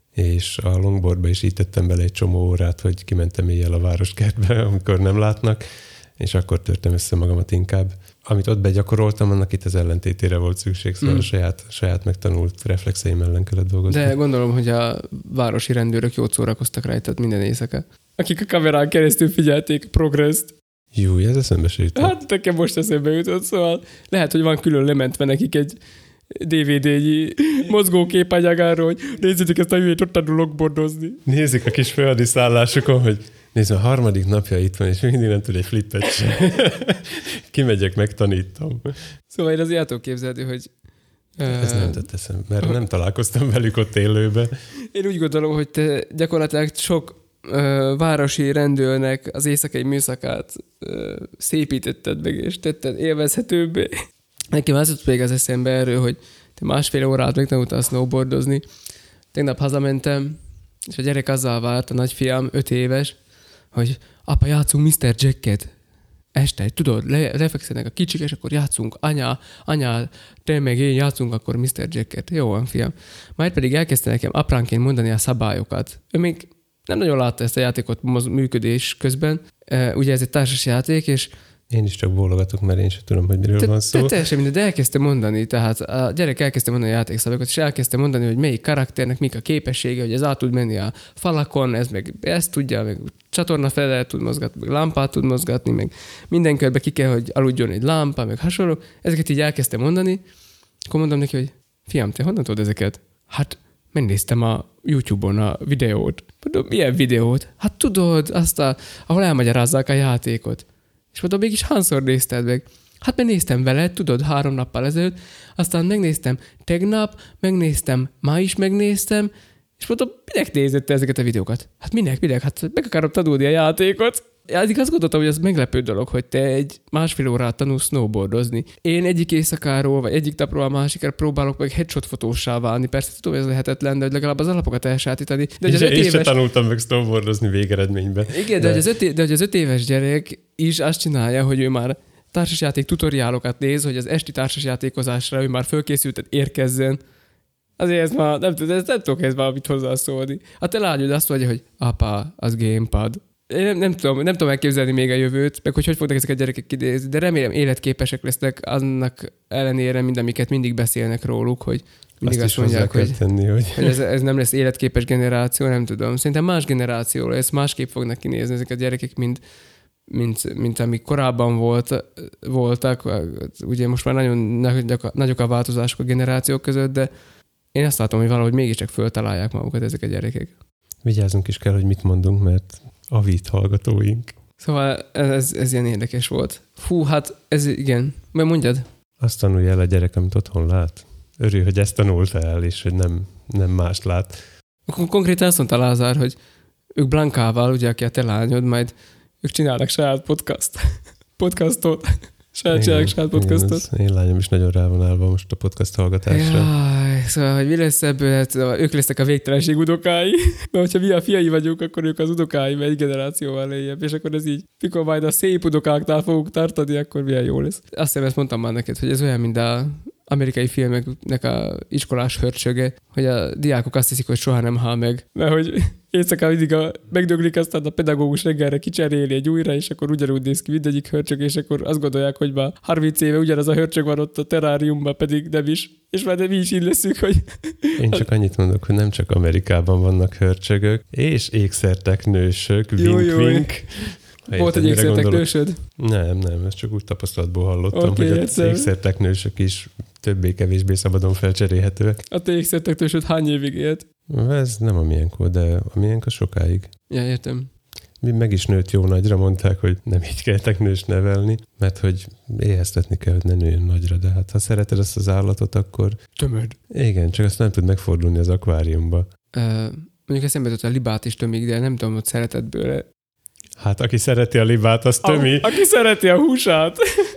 És a longboardba is így tettem bele egy csomó órát, hogy kimentem éjjel a városkertbe, amikor nem látnak, és akkor törtem össze magamat inkább. Amit ott begyakoroltam, annak itt az ellentétére volt szükség, szóval mm. a saját, saját megtanult reflexeim ellen kellett dolgozni. De gondolom, hogy a városi rendőrök jót szórakoztak rajtad minden éjszaka. Akik a kamerán keresztül figyelték a progresszt. Jó, ez eszembe se jutott. Hát nekem most eszembe jutott, szóval lehet, hogy van külön lementve nekik egy dé vé dé-nyi mozgókép anyagáról, hogy nézzétek ezt a hülyét, ott tanul longboardozni. Nézzük a kis földdiszállásokon, hogy nézd, a harmadik napja itt van, és mindig nem tud egy flippet sem. Kimegyek, megtanítom. Szóval én az jától képzelni, hogy... Ez nem tett eszembe, mert nem találkoztam velük ott élőben. Én úgy gondolom, hogy te gyakorlatilag sok uh, városi rendőrnek az éjszakai műszakát uh, szépítetted meg, és tetted élvezhetőbbé. Nekem az jutott még az eszembe erről, hogy te másfél órát megtanultál snowboardozni. Tegnap hazamentem, és a gyerek azzal várt, a nagyfiam, öt éves, hogy apa, játszunk miszter Jacket. Este, tudod, le, lefekszenek a kicsik, és akkor játszunk. Anya, anya, te meg én játszunk akkor miszter Jacket. Jó van, fiam. Majd pedig elkezdte nekem apránként mondani a szabályokat. Ő még nem nagyon látta ezt a játékot működés közben. Ugye ez egy társas játék, és én is csak bólogatok, mert én sem tudom, hogy miről te, van szó. Te, teljesen minden, de elkezdte mondani, tehát a gyerek elkezdte mondani a játékszabályokat, és elkezdte mondani, hogy melyik karakternek mik a képessége, hogy ez át tud menni a falakon, ez meg ezt tudja, meg csatornafelelet tud mozgatni, meg lámpát tud mozgatni, meg minden körbe ki kell, hogy aludjon egy lámpa, meg hasonló. Ezeket így elkezdte mondani, akkor mondom neki, hogy fiam, te honnan tudod ezeket? Hát megnéztem a YouTube-on a videót. Mondom, milyen videót? Hát tudod, azt a, ahol elmagyarázzák a játékot. És mondom, mégis hányszor nézted meg? Hát megnéztem vele, tudod, három nappal ezelőtt, aztán megnéztem tegnap, megnéztem, ma is megnéztem, és mondom, minek nézett te ezeket a videókat? Hát minek, minek? Hát meg akarom tanulni a játékot. Eddig azt gondoltam, hogy az meglepő dolog, hogy te egy másfél órát tanulsz snowboardozni. Én egyik éjszakáról, vagy egyik napról a másikra próbálok meg headshot fotóssá válni. Persze tudom, hogy ez lehetetlen, de hogy legalább az alapokat elsátítani. De hogy az öt éves... Én sem tanultam meg snowboardozni végeredményben. Igen, de, de... Hogy az öt, de hogy az öt éves gyerek is azt csinálja, hogy ő már társasjáték tutoriálokat néz, hogy az esti társasjátékozásra ő már fölkészültet érkezzen. Azért ez már, nem tudom, ez nem tudok ez valamit hozzászólni. A te lányod azt mondja, hogy apa, az gamepad. Én nem, nem, tudom, nem tudom elképzelni még a jövőt, meg hogy hogy fognak ezek a gyerekek kinézni, de remélem életképesek lesznek annak ellenére, mind amiket mindig beszélnek róluk, hogy mindig azt, azt mondják, hogy, tenni, hogy, hogy ez, ez nem lesz életképes generáció, nem tudom. Szerintem más generáció lesz, másképp fognak kinézni ezek a gyerekek, mint, mint, mint amik korábban volt, voltak. Ugye most már nagyon nagyok, nagyok a változások a generációk között, de én azt látom, hogy valahogy mégiscsak föltalálják magukat ezek a gyerekek. Vigyázzunk is kell, hogy mit mondunk, mert avít hallgatóink. Szóval ez, ez ilyen érdekes volt. Fú, hát ez igen. Majd mondjad. Azt tanulja el a gyerek, amit otthon lát. Örül, hogy ezt tanulta el, és hogy nem, nem mást lát. Konkrétan azt mondta Lázár, hogy ők Blankával, ugye, aki a te lányod, majd ők csinálnak saját podcast. podcastot. Saját csinálnak saját podcastot. Igen, én lányom is nagyon rá van állva most a podcast hallgatásra. Jaj, szóval, hogy mi lesz ebből? Hát, ők lesznek a végtelenség udokái. Mert hogyha mi a fiai vagyunk, akkor ők az udokái, mert egy generációval lejjebb. És akkor ez így, mikor majd a szép udokáknál fogunk tartani, akkor milyen jó lesz. Azt hiszem, ezt mondtam már neked, hogy ez olyan, mint a amerikai filmeknek a iskolás hörcsöge, hogy a diákok azt hiszik, hogy soha nem hal meg. Mert hogy éjszaka mindig a, megdöglik, aztán a pedagógus reggelre kicseréli egy újra, és akkor ugyanúgy néz ki mindegyik hörcsög, és akkor azt gondolják, hogy már harminc éve ugyanaz a hörcsög van ott a teráriumban, pedig nem is. És már mi is így leszünk, hogy... Én csak annyit mondok, hogy nem csak Amerikában vannak hörcsögök, és ékszerteknősök, wink-wink. Volt egy ékszerteknősöd? Nem, nem, ezt csak úgy tapasztalatból hallottam, okay, hogy az ékszerteknősök is többé-kevésbé szabadon felcserélhetőek. A te ékszerteknősöd hány évig élt? Ez nem a miénkor, de a miénkor sokáig. Ja, értem. Mi meg is nőtt jó nagyra, mondták, hogy nem így kell teknőst nevelni, mert hogy éheztetni kell, hogy ne nőjön nagyra, de hát ha szereted ezt az állatot, akkor... Tömöd. Igen, csak azt nem tud megfordulni az akváriumba. Uh, mondjuk eszembe jutott, a libát is tömik, de nem tudom, hogy szeretetből. Hát aki szereti a libát, az tömi. A, aki szereti a húsát.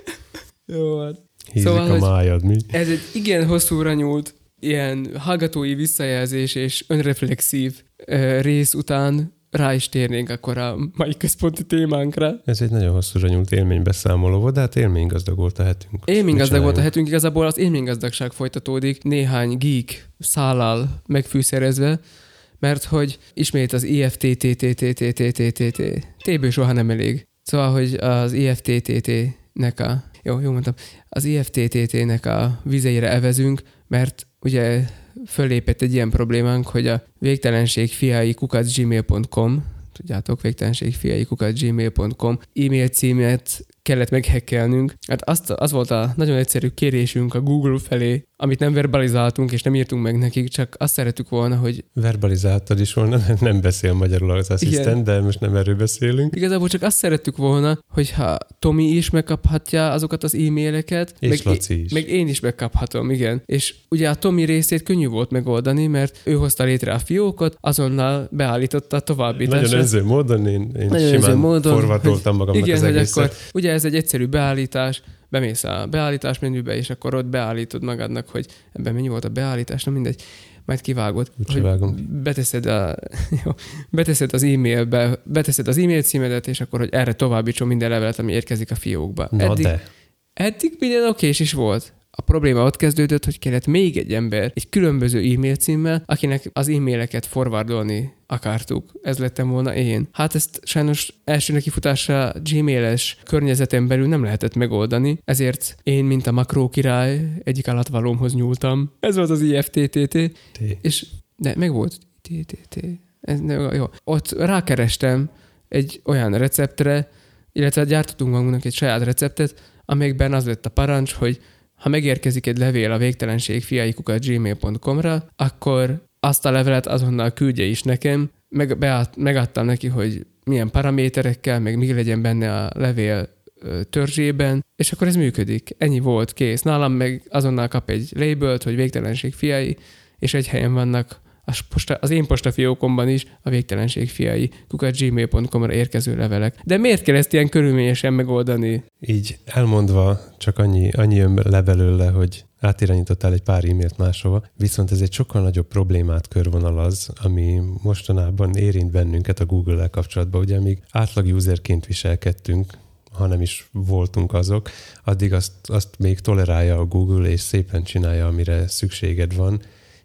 Jó, hát. Hízik szóval, a májad, mi? Ez egy igen hosszúra nyúlt ilyen hallgatói visszajelzés és önreflexív uh, rész után rá is térnénk akkor a mai központi témánkra. Ez egy nagyon hosszúra nyúlt élménybeszámoló volt, de hát élménygazdag volt a hetünk. Élménygazdag volt a hetünk, igazából az élménygazdagság folytatódik néhány geek szállal megfűszerezve, mert hogy ismét az I F T T T T T T T T T T-ből soha nem elég. Szóval, hogy az I F T T T-nek a jó, jó mondtam, az I F T T T-nek a vizeire evezünk, mert ugye fölépett egy ilyen problémánk, hogy a végtelenség fiai kukac gmail pont com, tudjátok, végtelenség fiai kukac gmail pont com e-mail címet kellett meghekkelnünk. Hát azt, az volt a nagyon egyszerű kérésünk a Google felé, amit nem verbalizáltunk, és nem írtunk meg nekik, csak azt szerettük volna, hogy... Verbalizáltad is volna, nem beszél magyarul az asszisztent, de most nem erről beszélünk. Igazából csak azt szerettük volna, hogyha Tomi is megkaphatja azokat az e-maileket, és meg, Laci is. meg én is megkaphatom, igen. És ugye a Tomi részét könnyű volt megoldani, mert ő hozta létre a fiókot, azonnal beállította a továbbításra. Nagyon önző módon, én, én simán módon, forgatoltam magamnak igen, az egészet. Akkor, ugye ez egy egyszerű beállítás, bemész a beállítás menübe, és akkor ott beállítod magadnak, hogy ebben mennyi volt a beállítás, nem mindegy, majd kivágod. Hogy beteszed, a, jó, beteszed az e-mailbe, beteszed az e-mail címedet, és akkor, hogy erre továbbítson minden levelet, ami érkezik a fiókba. Na eddig, de. Eddig minden okés is volt. A probléma ott kezdődött, hogy kellett még egy ember egy különböző e-mail címmel, akinek az e-maileket forwardolni akartuk. Ez lettem volna én. Hát ezt sajnos első nekifutásra Gmail-es környezeten belül nem lehetett megoldani, ezért én, mint a makró király, egyik alattvalómhoz nyúltam. Ez volt az I F T T T. T. És de meg volt. T T T. Ez, ne, jó. Ott rákerestem egy olyan receptre, illetve gyártottunk magunknak egy saját receptet, amelyikben az lett a parancs, hogy ha megérkezik egy levél a végtelenség fiai kukac gmail pont com-ra, akkor azt a levelet azonnal küldje is nekem, meg, bead, megadtam neki, hogy milyen paraméterekkel, meg mi legyen benne a levél törzsében, és akkor ez működik. Ennyi volt, kész. Nálam meg azonnal kap egy labelt, hogy végtelenség fiai, és egy helyen vannak az én postafiókomban is a végtelenség fiai kukac gmail pont com-ra érkező levelek. De miért kell ezt ilyen körülményesen megoldani? Így elmondva csak annyi, annyi jön le belőle, hogy átirányítottál egy pár e-mailt máshova, viszont ez egy sokkal nagyobb problémát körvonalaz, ami mostanában érint bennünket a Google-el kapcsolatban. Ugye még átlag userként viselkedtünk, ha nem is voltunk azok, addig azt, azt még tolerálja a Google, és szépen csinálja, amire szükséged van,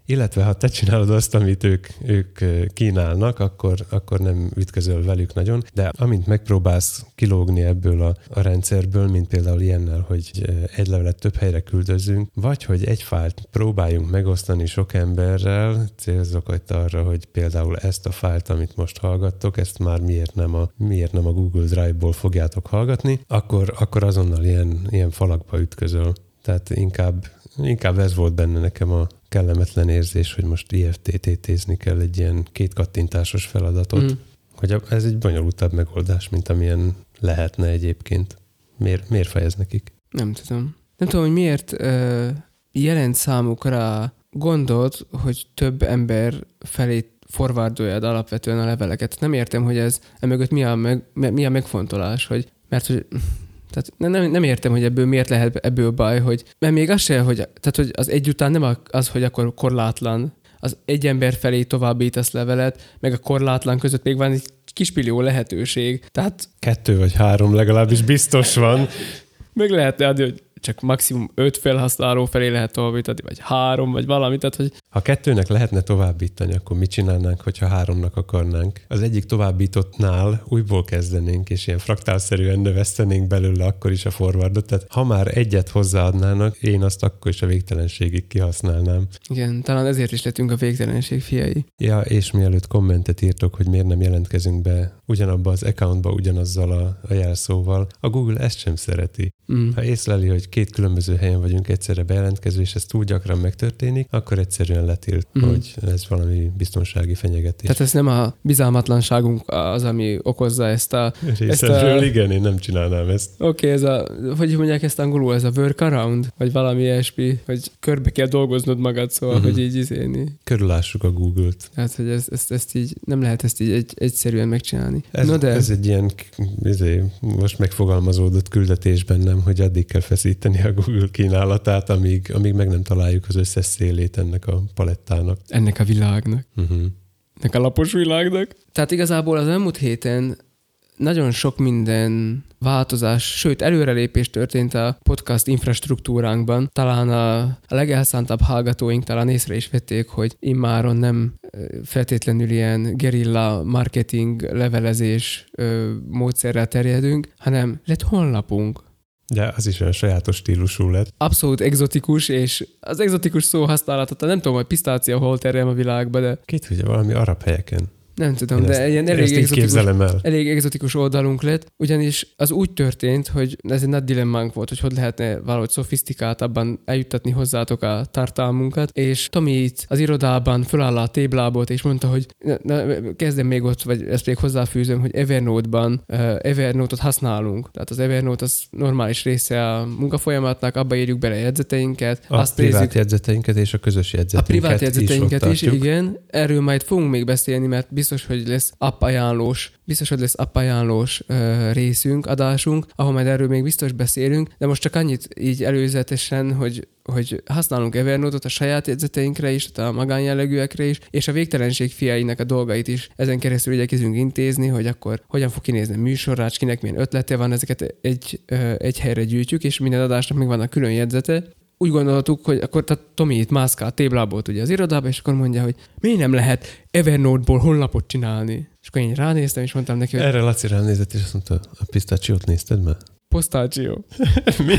Illetve ha te csinálod azt, amit ők, ők kínálnak, akkor, akkor nem ütközöl velük nagyon, de amint megpróbálsz kilógni ebből a, a rendszerből, mint például ilyennel, hogy egy levelet több helyre küldözzünk, vagy hogy egy fájlt próbáljunk megosztani sok emberrel, célzok itt arra, hogy például ezt a fájlt, amit most hallgattok, ezt már miért nem a, miért nem a Google Drive-ból fogjátok hallgatni, akkor, akkor azonnal ilyen, ilyen falakba ütközöl. Tehát inkább, inkább ez volt benne nekem a kellemetlen érzés, hogy most I F T T T-zni kell egy ilyen két kattintásos feladatot, mm. hogy ez egy bonyolultabb megoldás, mint amilyen lehetne egyébként. Miért, miért fejez nekik? Nem tudom. Nem tudom, hogy miért uh, jelent számukra gondot, hogy több ember felé forwardoljad alapvetően a leveleket. Nem értem, hogy ez emögött mi a, meg, mi a megfontolás, hogy mert hogy tehát nem, nem értem, hogy ebből miért lehet ebből baj, hogy mert még az se, hogy, tehát, hogy az egy után nem az, hogy akkor korlátlan, az egy ember felé továbbítasz levelet, meg a korlátlan között még van egy kispillió lehetőség. Tehát kettő vagy három legalábbis biztos van. Meg lehetne adni, hogy csak maximum öt felhasználó felé lehet továbbítani, vagy három, vagy valami. Tehát, hogy... Ha kettőnek lehetne továbbítani, akkor mit csinálnánk, hogyha háromnak akarnánk? Az egyik továbbítottnál újból kezdenénk, és ilyen fraktálszerűen növesztenénk belőle akkor is a forwardot. Tehát ha már egyet hozzáadnának, én azt akkor is a végtelenségig kihasználnám. Igen, talán ezért is lettünk a végtelenség fiai. Ja, és mielőtt kommentet írtok, hogy miért nem jelentkezünk be ugyanabba az accountba ugyanazzal a, a jelszóval, a Google ezt sem szereti. Mm. Ha észleli, hogy két különböző helyen vagyunk egyszerre bejelentkező, és ez túl gyakran megtörténik, akkor egyszerűen letilt, mm. hogy ez valami biztonsági fenyegetés. Tehát ez nem a bizalmatlanságunk az, ami okozza ezt a... Részemről a... igen, én nem csinálnám ezt. Oké, okay, ez a, hogy mondják ezt angolul, ez a workaround, vagy valami ilyesmi, hogy körbe kell dolgoznod magad, szóval, uh-huh. hogy így izélni. Körülássuk a Google-t. Tehát, hogy ezt, ezt, ezt így nem lehet ezt így egy, egyszerűen megcsinálni. Ez, no de... ez egy ilyen, izé, most megfogalmazódott küldetés bennem, hogy addig kell feszíteni a Google kínálatát, amíg, amíg meg nem találjuk az összes szélét ennek a palettának. Ennek a világnak. Uh-huh. Ennek a lapos világnak. Tehát igazából az elmúlt héten nagyon sok minden változás, sőt előrelépés történt a podcast infrastruktúránkban. Talán a, a legelszántabb hallgatóink talán észre is vették, hogy immáron nem feltétlenül ilyen gerilla marketing, levelezés ö, módszerrel terjedünk, hanem lett honlapunk. De az is olyan sajátos stílusú lett. Abszolút egzotikus, és az egzotikus szó használatot, nem tudom, hogy pisztácia hol terjem a világba, de... Ki tudja, valami arab helyeken. Nem tudom, én de ezt, ilyen elég egzotikus, el. elég egzotikus oldalunk lett, ugyanis az úgy történt, hogy ez egy nagy dilemmánk volt, hogy hogy lehetne valahogy szofisztikáltabban eljuttatni hozzátok a tartalmunkat, és Tomi itt az irodában föláll a téblábot, és mondta, hogy na, na, kezdem még ott, vagy ezt még hozzáfűzöm, hogy Evernote-ban uh, Evernote-ot használunk. Tehát az Evernote az normális része a munkafolyamatnak, abba írjuk bele jegyzeteinket. A azt privát nézzük, jegyzeteinket és a közös jegyzeteinket. A privát jegyzeteinket is, is igen. Erről majd fogunk még beszélni, mert biztos, hogy lesz appajánlós, biztos, hogy lesz appajánlós uh, részünk, adásunk, ahol majd erről még biztos beszélünk, de most csak annyit így előzetesen, hogy, hogy használunk Evernote-ot a saját jegyzeteinkre is, a magánjellegűekre is, és a végtelenség fiainak a dolgait is ezen keresztül igyekezünk intézni, hogy akkor hogyan fog kinézni a műsorrács, kinek milyen ötlete van, ezeket egy, uh, egy helyre gyűjtjük, és minden adásnak még vannak külön jegyzete. Úgy gondoltuk, hogy akkor tehát Tomi itt mászkál téblából ugye az irodába, és akkor mondja, hogy miért nem lehet Evernote-ból honlapot csinálni. És akkor én ránéztem, és mondtam neki, hogy... Erre Laci ránézett, és azt mondta, a pisztácsiót nézted már? Postácsió. Mi?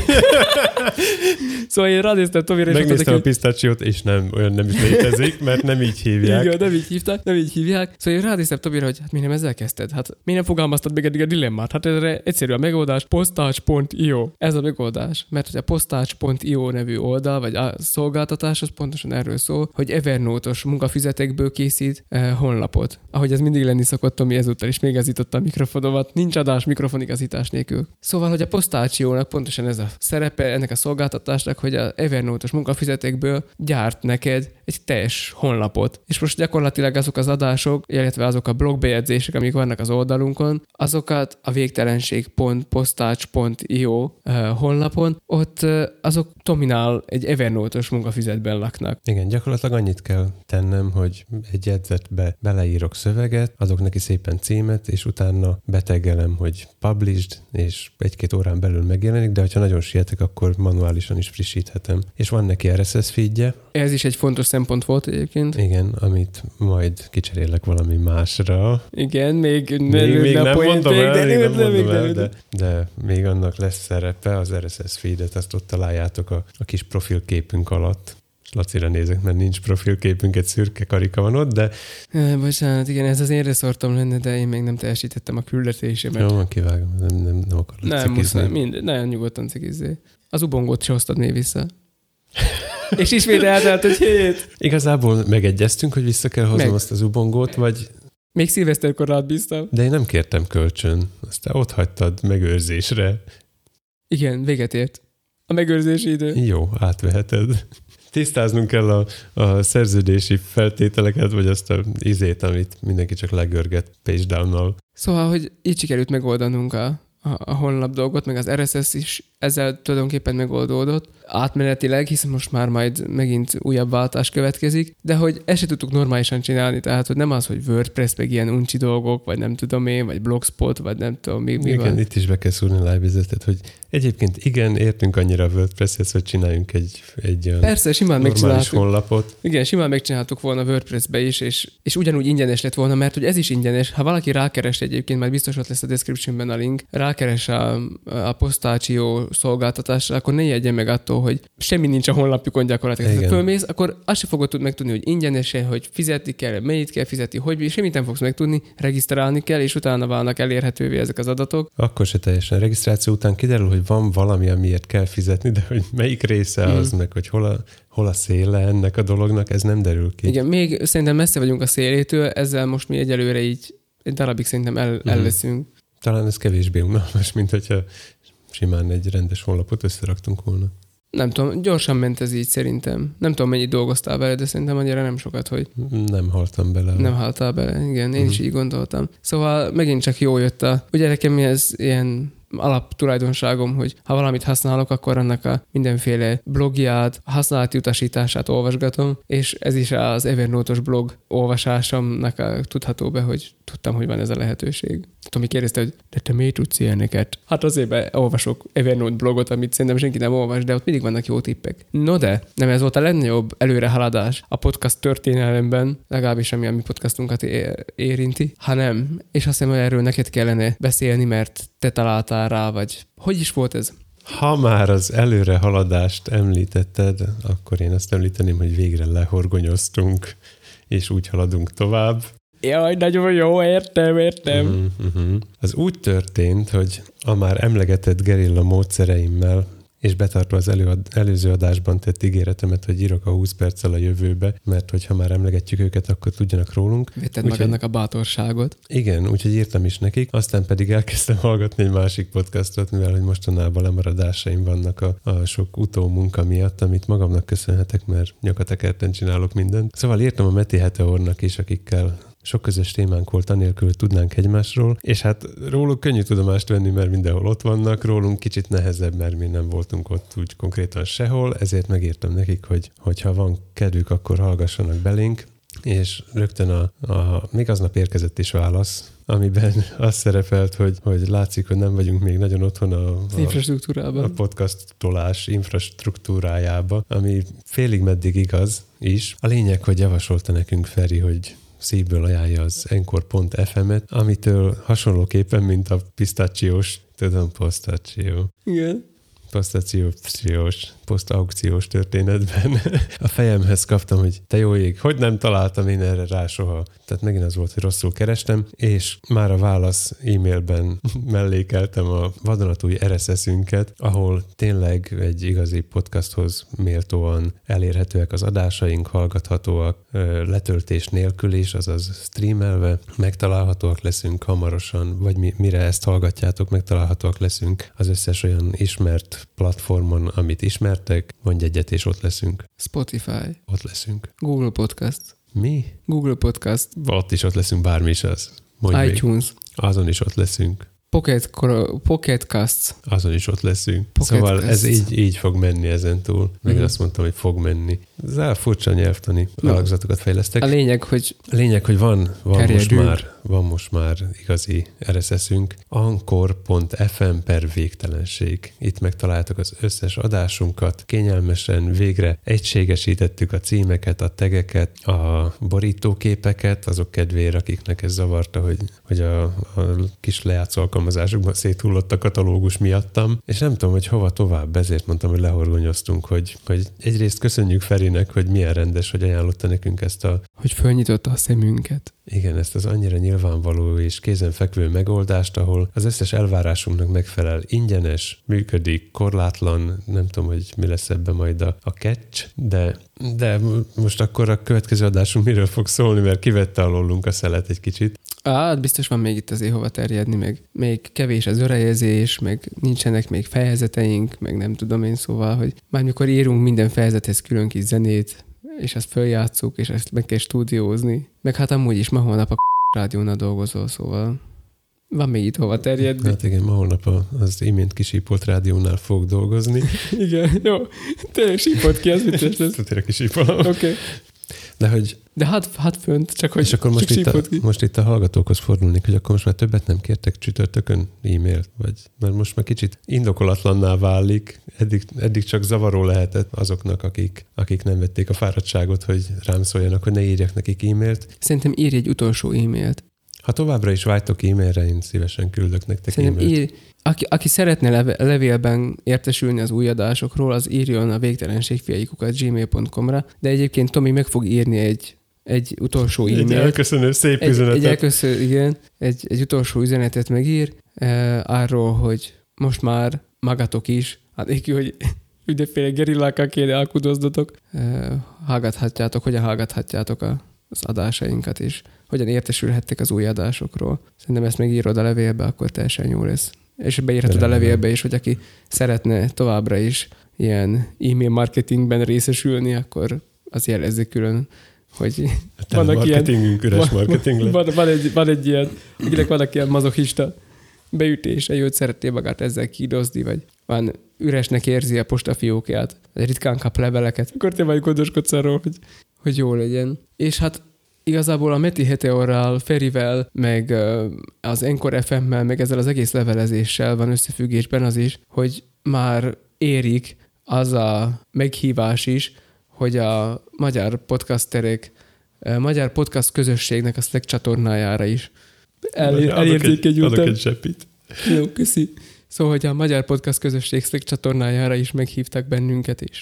Szóval én ránéztem Tomira, és megnéztem a pisztácsiót, és nem, olyan nem is létezik, mert nem így hívják. Igen, nem így hívták, nem így hívják. Szóval én ránéztem Tomira, hogy hát mi nem ezzel kezdted? Hát mi nem fogalmaztad még eddig a dilemmát? Hát erre egyszerű a megoldás, postács pont io. Ez a megoldás. Mert hogy a postács pont io nevű oldal, vagy a szolgáltatás, az pontosan erről szól, hogy Evernote-os munkafizetekből készít eh, honlapot. Ahogy ez mindig lenni szokott, Tomi ezúttal is még igazította a mikrofonomat. Nincs adás mikrofonigazítás nélkül. Szóval, hogy a postációnak pontosan ez a szerepe ennek a szolgáltatásnak, hogy a Evernote-os munkafizetekből gyárt neked egy teljes honlapot. És most gyakorlatilag azok az adások, illetve azok a blogbejegyzések, amik vannak az oldalunkon, azokat a végtelenség pont postács pont io honlapon, ott azok Tominál egy Evernote-os munkafizetben laknak. Igen, gyakorlatilag annyit kell tennem, hogy egy jegyzetbe beleírok szöveget, adok neki szépen címet, és utána beteggelem, hogy published, és egy-két órán belül megjelenik, de hogyha nagyon sietek, akkor manuálisan is frissíthetem. És van neki er es es feedje. Ez is egy fontos szempont volt egyébként. Igen, amit majd kicserélek valami másra. Igen, még, még, még nem mondom el, de, még nem de, mondom de, el, de, de, de még annak lesz szerepe, az er es es feedet, azt ott találjátok a, a kis profilképünk alatt. És Lacira nézek, mert nincs profilképünk, egy szürke karika van ott, de... Bocsánat, igen, ez az én reszortom lenne, de én még nem teljesítettem a küldetésemet. Jó, van, kivágom, nem, nem, nem akarok Nem, cikizni. muszáj, mind, nagyon nyugodtan cikizzé. Az ubongót se hoztad még vissza. És ismét eltelt egy hét. Igazából megegyeztünk, hogy vissza kell hoznom Meg. azt az ubongót, vagy... Még szilveszterkor rád bíztam. De én nem kértem kölcsön. Aztán ott hagytad megőrzésre. Igen, véget ért. A megőrzési idő. Jó, átveheted. Tisztáznunk kell a, a szerződési feltételeket, vagy azt a izét, amit mindenki csak legörget page down-nal. Szóval, hogy így sikerült megoldanunk a, a, a honlap dolgot, meg az er es es is ezzel tulajdonképpen megoldódott. Átmenetileg, hiszen most már majd megint újabb váltás következik, de hogy ezt se tudtuk normálisan csinálni, tehát hogy nem az, hogy WordPress, meg ilyen uncsi dolgok, vagy nem tudom én, vagy Blogspot, vagy nem tudom mi, mi Igen, van. itt is be kell szúrni a live-vezetet, hogy egyébként igen, értünk annyira a WordPress-hez, hogy csináljunk egy, egy olyan Persze, simán normális megcsináltuk. honlapot. Igen, simán megcsináltuk volna WordPress-be is, és, és ugyanúgy ingyenes lett volna, mert hogy ez is ingyenes. Ha valaki rákeres egyébként, majd biztos ott lesz a descriptionben a link, rákeres a, a Postáció szolgáltatásra, akkor ne jegye meg attól, hogy semmi nincs a honlapjukon gyakorlatilag. Ha fölmész, akkor azt sem fogod tudni megtudni, hogy ingyenesen, hogy fizetni kell, mennyit kell fizetni, hogy semmit nem fogsz megtudni, regisztrálni kell, és utána válnak elérhetővé ezek az adatok. Akkor se teljesen. Regisztráció után kiderül, hogy van valami, amiért kell fizetni, de hogy melyik része Mm. az, meg hogy hol a, hol a széle ennek a dolognak, ez nem derül ki. Igen, még szerintem messze vagyunk a szélétől, ezzel most mi egyelőre így egy darabig szerintem el, elveszünk. Talán ez kevésbé unalmas, mint hogyha simán egy rendes honlapot összeraktunk volna. Nem tudom, gyorsan ment ez így szerintem. Nem tudom, mennyit dolgoztál bele, de szerintem annyira nem sokat, hogy Nem haltam bele. nem haltál bele. Igen, én is így gondoltam. Szóval megint csak jó jött a... Ugye nekem ez ilyen alaptulajdonságom, hogy ha valamit használok, akkor annak a mindenféle blogját, használati utasítását olvasgatom, és ez is az Evernote-os blog olvasásomnak a, tudható be, hogy tudtam, hogy van ez a lehetőség. Tomi kérdezte, hogy de te miért tudsz ilyeneket? Hát azért olvasok Evernote blogot, amit szerintem senki nem olvas, de ott mindig vannak jó tippek. No de, nem ez volt a legnagyobb előrehaladás a podcast történelemben, legalábbis ami a mi podcastunkat érinti, hanem, és azt hiszem, hogy erről neked kellene beszélni, mert te találtál rá, vagy hogy is volt ez? Ha már az előrehaladást említetted, akkor én azt említeném, hogy végre lehorgonyoztunk, és úgy haladunk tovább. Jaj, nagyon jó, értem, értem. Uh-huh, uh-huh. Az úgy történt, hogy a már emlegetett gerilla módszereimmel, és betartva az előad, előző adásban tett ígéretemet, hogy írok a húsz perccel a jövőbe, mert hogyha már emlegetjük őket, akkor tudjanak rólunk. Vetted Úgyhogy- magadnak a bátorságot. Igen, úgyhogy írtam is nekik, aztán pedig elkezdtem hallgatni egy másik podcastot, mivel hogy mostanában lemaradásaim vannak a, a sok utómunka miatt, amit magamnak köszönhetek, mert nyakatekerten csinálok mindent. Szóval írtam a Meti Heteornak is, akikkel sok közös témánk volt, anélkül, hogy tudnánk egymásról, és hát róluk könnyű tudomást venni, mert mindenhol ott vannak, rólunk kicsit nehezebb, mert mi nem voltunk ott úgy konkrétan sehol, ezért megírtam nekik, hogy, hogy ha van kedvük, akkor hallgassanak belénk, és rögtön a, a még aznap érkezett is válasz, amiben az szerepelt, hogy, hogy látszik, hogy nem vagyunk még nagyon otthon a, Az a, infrastruktúrában. a podcastolás infrastruktúrájába, ami félig meddig igaz is. A lényeg, hogy javasolta nekünk Feri, hogy szívből ajánlja az encore pont ef em-et, amitől hasonlóképpen, mint a pisztácsiós, tudom, posztáció. Igen. Posztációs, posztaukciós történetben a fejemhez kaptam, hogy te jó ég, hogy nem találtam én erre rá soha. Tehát megint az volt, hogy rosszul kerestem, és már a válasz e-mailben mellékeltem a vadonatúj er es es-ünket, ahol tényleg egy igazi podcasthoz méltóan elérhetőek az adásaink, hallgathatóak, letöltés nélkül is, azaz streamelve, megtalálhatóak leszünk hamarosan, vagy mi, mire ezt hallgatjátok, megtalálhatóak leszünk az összes olyan ismert platformon, amit ismertek, mondj egyet, és ott leszünk. Spotify, Ott leszünk. Google Podcast, Mi? Google Podcast, Ott is ott leszünk, bármi is az. Mondj még. iTunes, Azon is ott leszünk. Pocket, Pocket Casts. Azon is ott leszünk. Pocket szóval Cast. ez így, így fog menni ezentúl. Meg Mhm. azt mondtam, hogy fog menni. Ez el furcsa nyelvtani alakzatokat fejlesztek. A lényeg, hogy... A lényeg, hogy van, van, most már, van most már igazi er es es-ünk. Anchor pont ef em per végtelenség. Itt megtaláltak az összes adásunkat. Kényelmesen végre egységesítettük a címeket, a tegeket, a borítóképeket, azok kedvére, akiknek ez zavarta, hogy, hogy a, a kis lejátszó alkalmazásokban széthullott a katalógus miattam. És nem tudom, hogy hova tovább, ezért mondtam, hogy lehorgonyoztunk, hogy, hogy egyrészt köszönjük Ferinek, hogy milyen rendes, hogy ajánlotta nekünk ezt a... Hogy fölnyitotta a szemünket. Igen, ezt az annyira nyilvánvaló és kézenfekvő megoldást, ahol az összes elvárásunknak megfelel, ingyenes, működik, korlátlan, nem tudom, hogy mi lesz ebben majd a, a catch, de, de most akkor a következő adásunk miről fog szólni, mert kivette alólunk a szelet egy kicsit. Hát biztos van még itt azért hova terjedni, meg még kevés az örejezés, meg nincsenek még fejezeteink, meg nem tudom én, szóval, hogy már mikor írunk minden fejezethez külön kis zenét, és azt följátszuk, és ezt meg kell stúdiózni. Meg hát amúgy is ma holnap a rádiónál dolgozol, szóval van még itt hova terjedni. Hát igen, ma holnap az imént kisípolt rádiónál fog dolgozni. Igen, jó. Tényleg sípolt ki, az vicces lesz. Tényleg kisípolom. Oké. Okay. De hogy... De hát, hát fönt, csak hogy és akkor most itt, a, most itt a hallgatókhoz fordulnék, hogy akkor most már többet nem kértek csütörtökön e-mailt, vagy mert most már kicsit indokolatlanná válik. Eddig, eddig csak zavaró lehetett azoknak, akik, akik nem vették a fáradtságot, hogy rám szóljanak, hogy ne írjak nekik e-mailt. Szerintem írj egy utolsó e-mailt. Ha továbbra is vágytok e-mailre, én szívesen küldök nektek Szerintem e-mailt. Ír, aki, aki szeretne leve, levélben értesülni az új adásokról, az írjon a végtelenségfiaikukat gmail pont com-ra, de egyébként Tomi meg fog írni egy, egy utolsó e-mailt. Egy elköszönő szép egy, üzenetet. Egy elköszönő, igen, egy, egy utolsó üzenetet megír eh, arról, hogy most már magatok is, hát neki, hogy mindenféle gerillákkal kéne alkudozzatok, eh, hallgathatjátok, hogyan hallgathatjátok a, az adásainkat is. Hogyan értesülhettek az új adásokról. Szerintem ezt megírod a levélbe, akkor teljesen jó lesz. És beírhatod a levélbe is, hogy aki szeretne továbbra is ilyen e-mail marketingben részesülni, akkor az jelezzék külön, hogy a vannak marketingünk ilyen, üres marketing van, van, van, egy, van egy ilyen, akinek vannak ilyen mazochista beütése, hogy szeretné magát ezzel kidozni, vagy van üresnek érzi a postafiókját, vagy ritkán kap leveleket, akkor te majd gondoskodsz arról, hogy, hogy jó legyen. És hát igazából a Meti Heteorral, Ferivel, meg az Encore ef em-mel, meg ezzel az egész levelezéssel van összefüggésben az is, hogy már érik az a meghívás is, hogy a magyar podcasterek, a magyar podcast közösségnek a Slack csatornájára is el, elértékenyültem. Adok egy zsepit. Jó, köszi. Szóval, hogy a magyar podcast közösség Slack csatornájára is meghívtak bennünket is.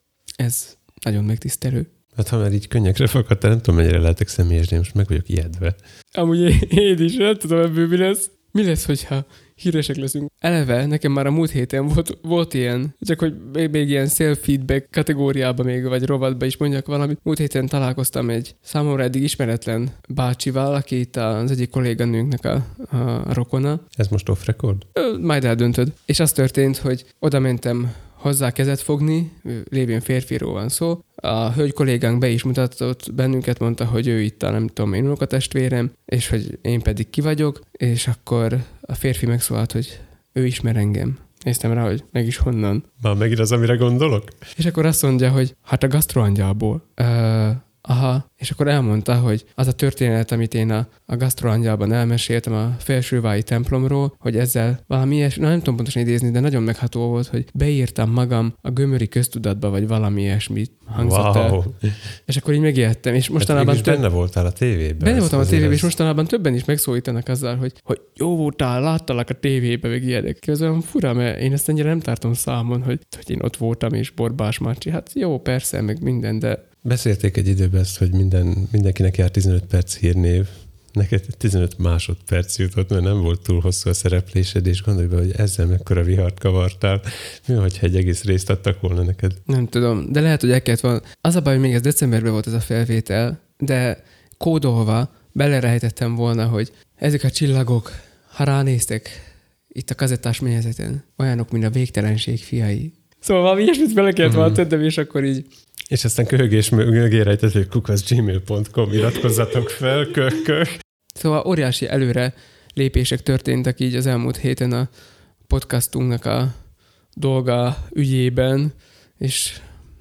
Ez nagyon megtisztelő. Hát ha már így könnyekre fakadtál, nem tudom, mennyire lehetek személyes, de most meg vagyok ijedve. Amúgy én is, nem tudom ebből mi lesz. Mi lesz, hogyha híresek leszünk? Eleve, nekem már a múlt héten volt, volt ilyen, csak hogy még, még ilyen self-feedback kategóriában még, vagy rovatban is mondjak valamit. Múlt héten találkoztam egy számomra eddig ismeretlen bácsival, aki itt az egyik kolléganőnknek a, a rokona. Ez most off record? Majd eldöntöd. És az történt, hogy oda mentem hozzá kezet fogni, lévén férfiról van szó. A hölgy kollégánk be is mutatott bennünket, mondta, hogy ő itt a nem tudom én unokatestvérem, és hogy én pedig ki vagyok, és akkor a férfi megszólalt, hogy ő ismer engem. Néztem rá, hogy meg is honnan. Már megint az, amire gondolok? És akkor azt mondja, hogy hát a gasztroangyalból. Uh, aha, és akkor elmondta, hogy az a történet, amit én a, a gasztroangyalban elmeséltem a Felsővályi templomról, hogy ezzel valami ilyesmi, na nem tudom pontosan idézni, de nagyon megható volt, hogy beírtam magam a gömöri köztudatba, vagy valami ilyesmit hangzott el. Wow. És akkor így megijedtem, és mostanában... Hát több... benne voltál a tévében. Benne voltam a tévében, és mostanában többen is megszólítanak azzal, hogy, hogy jó voltál, láttalak a tévében, meg ilyenek. Közben fura, mert én ezt ennyire nem tartom számon, hogy, hogy én ott voltam, és Borbás Mácsi. Hát jó, persze, meg minden, de... Beszélték egy időben ezt, hogy minden, mindenkinek jár tizenöt perc hírnév. Neked tizenöt másodperc jutott, mert nem volt túl hosszú a szereplésed, és gondolj be, hogy ezzel mekkora vihart kavartál. Mi, hogyha egy egész részt adtak volna neked? Nem tudom, de lehet, hogy el kellett volna. Az a baj, hogy még ez decemberben volt ez a felvétel, de kódolva belerejtettem volna, hogy ezek a csillagok, ha ránéztek itt a kazettás mélyezeten, olyanok, mint a végtelenség fiai. Szóval valami ilyesmit bele kellett volna tennem, és akkor így... És aztán köhögés mögé rejtett, hogy kukac gmail pont com, iratkozzatok fel, köh, köh. Szóval óriási előre lépések történtek így az elmúlt héten a podcastunknak a dolga ügyében, és